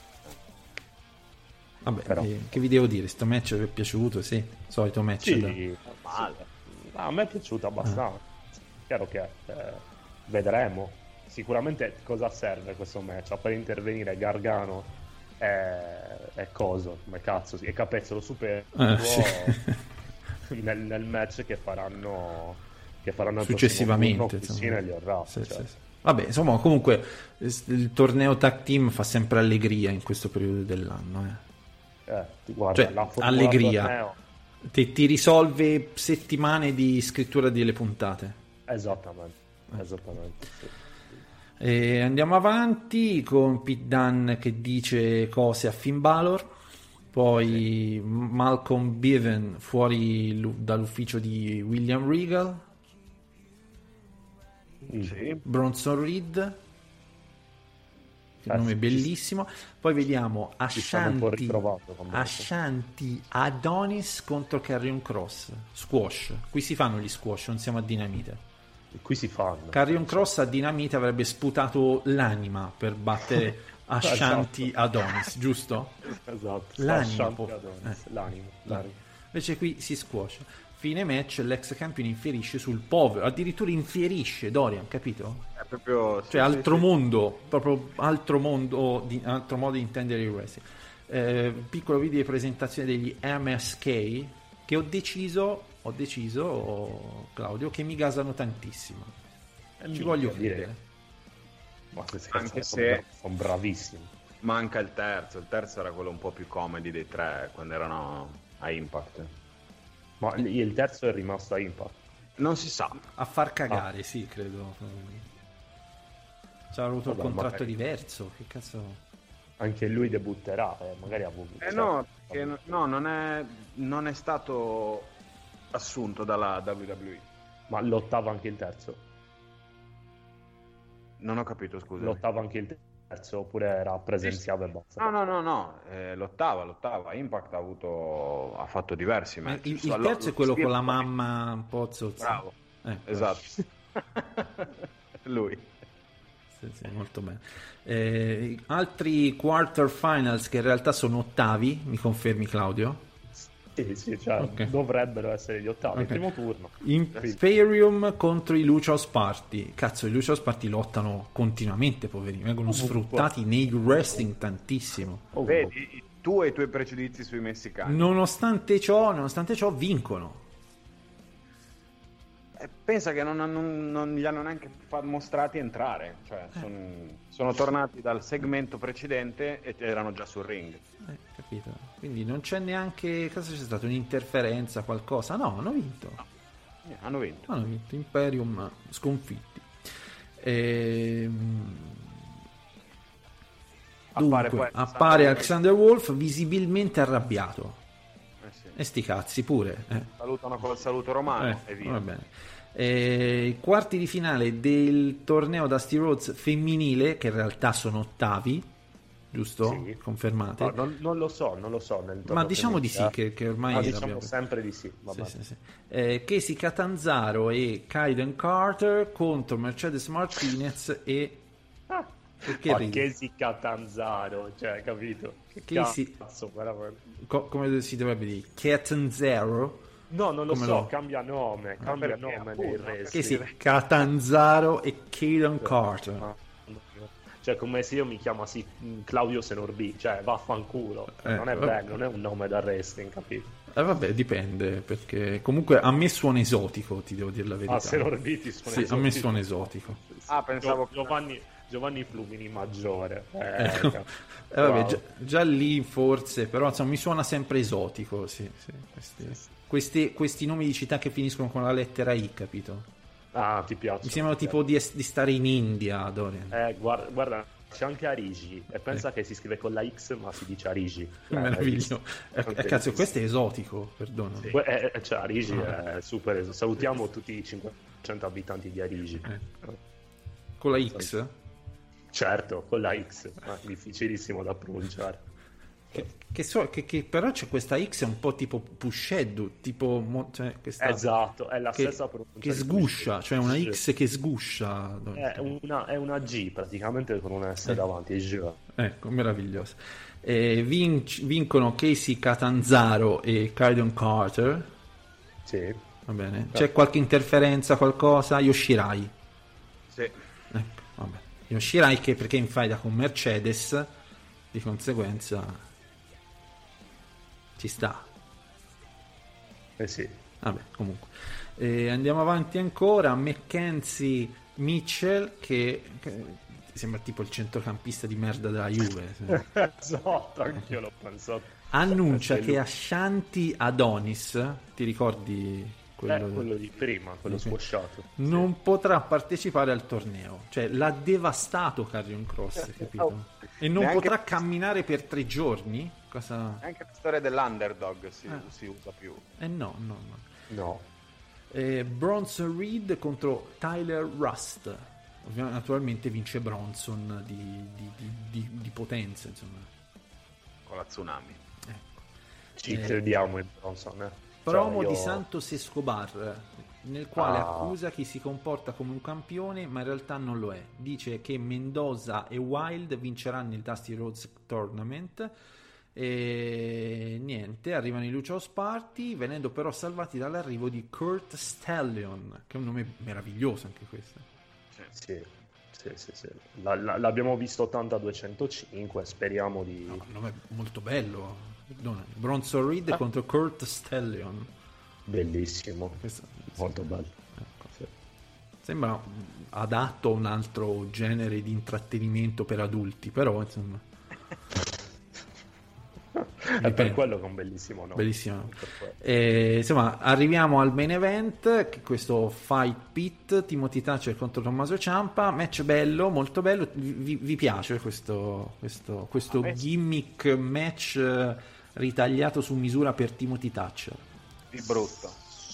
Vabbè, Però- eh, che vi devo dire? Sto match vi è piaciuto? Sì, solito match Sì, da- male. A me è piaciuto abbastanza. Chiaro che eh, vedremo sicuramente cosa serve questo match per intervenire Gargano e, e coso, come cazzo, e capezzolo superfluo Eh, sì. nel, nel match che faranno che faranno al Successivamente, prossimo turno, insomma. Cucina e gli Orraf, Sì, cioè. sì, sì. Vabbè, insomma, comunque eh, il torneo tag team fa sempre allegria in questo periodo dell'anno. Eh. Eh, guarda, Cioè, la formula allegria. torneo- Ti, ti risolve settimane di scrittura delle puntate. Esattamente, esattamente. Sì. E andiamo avanti con Pete Dunne che dice cose a Finn Balor. Poi Malcolm Bevan fuori lu- dall'ufficio di William Regal. sì. Bronson Reed, che Eh, nome ci- bellissimo. Poi vediamo ci stanno un po' Ashanti, ritrovato con Bronson. Ashanti Adonis contro Carrion Cross. Squash. Qui si fanno gli squash, non siamo a Dinamite. Qui si fanno. Carrion Cross a Dinamite avrebbe sputato l'anima per battere Ashanti Adonis, giusto? Esatto. L'anima, Ashanti po- Adonis, eh. l'anima, l'anima. Invece qui si squash. Fine match, l'ex campione infierisce sul povero, addirittura infierisce Dorian, capito? È proprio... sì, Cioè sì, altro sì. mondo, proprio altro mondo, di, altro modo di intendere il wrestling. Eh, piccolo video di presentazione degli M S K che ho deciso, ho deciso, Claudio, che mi gasano tantissimo. Ci minchia, voglio direi. credere. Ma che Anche sono, se- bra- sono bravissimi. Manca il terzo. Il terzo era quello un po' più comedy dei tre, quando erano a Impact. Ma il il terzo è rimasto a Impact. Non si sa. A far cagare, sì, credo. Ci ha avuto Vabbè, il contratto magari. diverso, che cazzo... Anche lui debutterà, eh, magari ha avuto. Eh cioè, no, perché no, no, non è, non è stato assunto dalla W W E. Ma lottava anche il terzo? Non ho capito, scusa. Lottava anche il terzo oppure era presenziale e basta? No, no, no, no, eh, lottava, lottava. Impact ha avuto, ha fatto diversi Ma match. il, il Lo- terzo lo- è quello lo- con la mamma un po' zozza. Bravo, Eh, esatto. Lui. Sì, sì, molto bene. Eh, altri quarter finals che in realtà sono ottavi, mi confermi Claudio? Sì, sì, cioè Ok. dovrebbero essere gli ottavi, Ok. primo turno. Imperium contro i Luchos Party. Cazzo, i Luchos Party lottano continuamente, poverini, vengono Ovunque. sfruttati nei wrestling tantissimo. Oh, Vedi, tu e i tuoi pregiudizi sui messicani. Nonostante ciò, nonostante ciò vincono. Eh, pensa che non, non- non gli hanno neanche fa- mostrati entrare, cioè son- sono tornati dal segmento precedente e erano già sul ring. Eh, capito? Quindi non c'è neanche, cosa c'è stata, un'interferenza, qualcosa? No, hanno vinto. Eh, hanno vinto. Hanno vinto. Imperium sconfitti. Ehm... Appare Dunque, poi appare Alexander Alexander Wolf visibilmente arrabbiato. Eh sì. E sti cazzi pure. Eh. Salutano col saluto romano Eh, e via. va bene. Eh, i quarti di finale del torneo Dusty Rhodes femminile, che in realtà sono ottavi, giusto? Sì. Confermate? No, non, non lo so, non lo so. Nel Ma torneo diciamo di sì, femminile. che, che ormai Ah, diciamo l'abbiamo- sempre di sì. Va Sì, bene. sì, sì. Eh, Casey Catanzaro e Kaiden Carter contro Mercedes Martinez e Ah, perché ma ridi? che si Catanzaro, cioè, capito? Che Che si- cazzo, veramente. Co- come si dovrebbe dire? Catanzaro? No, non lo Come so, no? cambia nome, cambia perché, nome appunto, nei perché wrestling. Casey Catanzaro e Kaiden Carter. Ah, cioè, come se io mi chiamassi mm, Claudio Senorbi, cioè vaffanculo. Cioè, Eh, non è vabbè. bello, non è un nome da wrestling, capito? Eh, vabbè, dipende, perché comunque a me suona esotico, ti devo dire la verità. Ah, Senorbi ti suona Sì, a esotico. me suona esotico. Ah, pensavo- Gio- Giovanni, Giovanni Flumini maggiore. Eh, Eh, cazzo. eh, vabbè, Wow. già, già lì forse, però insomma mi suona sempre esotico, sì, sì, questi, questi, questi nomi di città che finiscono con la lettera I, capito? Ah, ti piace. Mi sembrano tipo di, di stare in India, Dorian. Eh, guarda, guarda, c'è anche Arigi e pensa che si scrive con la X ma si dice Arigi. Che meraviglia. Eh, Eh, eh, cazzo, questo è esotico, perdono. Que- eh, eh, cioè, Arigi è super. es- Salutiamo tutti i cinquecento abitanti di Arigi. Eh. Con la X? Certo, con la X, ma difficilissimo da pronunciare. Che, che so- che- che però c'è questa X è un po' tipo Pushedu, tipo mo- cioè questa, Esatto, è la che, stessa pronuncia. che di sguscia, Bush. cioè una Sì. X che sguscia. È una, è una G praticamente con una S davanti. È G. Ecco, meraviglioso. Eh, vinc- vincono Casey Catanzaro e Kaiden Carter. Sì. Va bene. C'è qualche interferenza, qualcosa? Yoshirai. Sì. Ecco, vabbè. Yoshirai che perché in faida con Mercedes, di conseguenza ci sta. Eh sì. Vabbè, comunque. Eh, andiamo avanti ancora. Mackenzie Mitchell che, che sembra tipo il centrocampista di merda della Juve. Sì. Esatto, anch'io l'ho pensato. Annuncia Eh, che Ashanti Adonis, ti ricordi quello, Eh, quello di prima, quello squasciato. non potrà partecipare al torneo, cioè l'ha devastato Karrion Cross, capito? E non Neanche- potrà camminare per tre giorni? Cosa? Anche la storia dell'underdog si, Ah. si usa più. Eh no, no, no. No. Eh, Bronson Reed contro Tyler Rust. Ovviamente, naturalmente vince Bronson di, di, di, di, di potenza, insomma. Con la tsunami. Ci Eh. crediamo in Bronson, eh. Promo Cioè, io- di Santos Escobar, nel quale Ah. accusa chi si comporta come un campione ma in realtà non lo è. Dice che Mendoza e Wild vinceranno il Dusty Rhodes Tournament e niente, arrivano i Luchos Party venendo però salvati dall'arrivo di Kurt Stallion, che è un nome meraviglioso anche questo. Sì, sì, sì, sì. La- la- l'abbiamo visto ottanta duecentocinque, speriamo di... No, un nome molto bello. Perdona. Bronson Reed Ah. contro Kurt Stallion. Bellissimo, Questo- molto bello. Ecco. Sì. Sembra mm, adatto a un altro genere di intrattenimento per adulti, però insomma, È Dipende. per quello che è un bellissimo nome. bellissimo. Per quello. E, insomma, arriviamo al main event, che è questo Fight Pit, Timothy Thatcher contro Tommaso Ciampa, match bello, molto bello. Vi, vi piace questo, questo, questo A me sì. gimmick match eh, ritagliato su misura per Timothy Thatcher? Di brutto.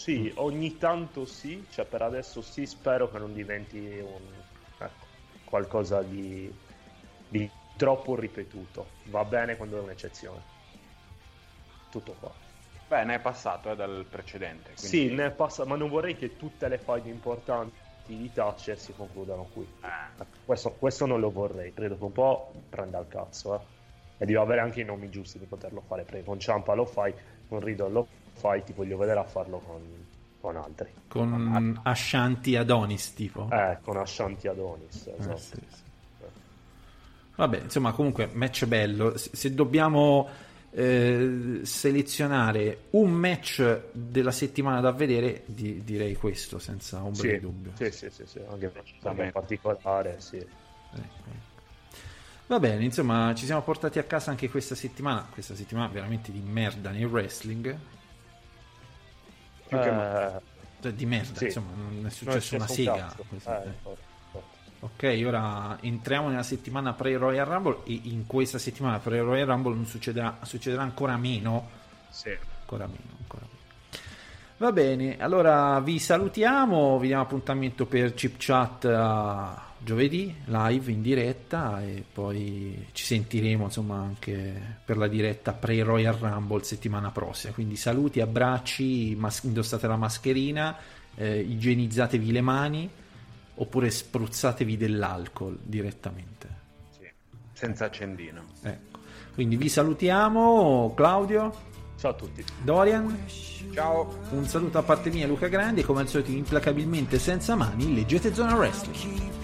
sì, ogni tanto sì, cioè per adesso sì, spero che non diventi un, ecco, qualcosa di, di troppo ripetuto. Va bene quando è un'eccezione. Tutto qua. Beh, ne è passato eh, dal precedente. Quindi... Sì, ne è passato, ma non vorrei che tutte le faide importanti di Thatcher si concludano qui. Eh. Questo, questo non lo vorrei, credo che un po' prenda il cazzo, eh. E devi avere anche i nomi giusti per poterlo fare, perché con Ciampa lo fai, con Riddle lo fai, ti voglio vedere a farlo con, con altri. Con Ashanti Adonis, tipo. Eh, con Ashanti Adonis, esatto. Eh, sì, sì. Vabbè, insomma, comunque, match bello. Se, se dobbiamo eh, selezionare un match della settimana da vedere, di, direi questo, senza ombra Sì, di dubbio. sì, sì, sì, sì. Anche perché in particolare, sì. Ecco. Va bene, insomma, ci siamo portati a casa anche questa settimana. Questa settimana veramente di merda nel wrestling. Più che Eh, Cioè, di merda, sì. insomma, non è non è successo una successo un sega. cazzo. Questo, Eh, eh. infatti, infatti. Ok, ora entriamo nella settimana pre-Royal Rumble e in questa settimana pre-Royal Rumble non succederà, succederà ancora meno. Sì. Ancora meno, ancora meno. Va bene, allora vi salutiamo, vi diamo appuntamento per Chip Chat a giovedì, live in diretta, e poi ci sentiremo insomma anche per la diretta pre-Royal Rumble settimana prossima. Quindi saluti, abbracci, mas- indossate la mascherina, eh, igienizzatevi le mani oppure spruzzatevi dell'alcol direttamente. Sì. Senza accendino. Ecco. Quindi vi salutiamo, Claudio, Ciao a tutti. Dorian. Ciao. Un saluto a parte mia, Luca Grandi, e come al solito implacabilmente senza mani leggete Zona Wrestling.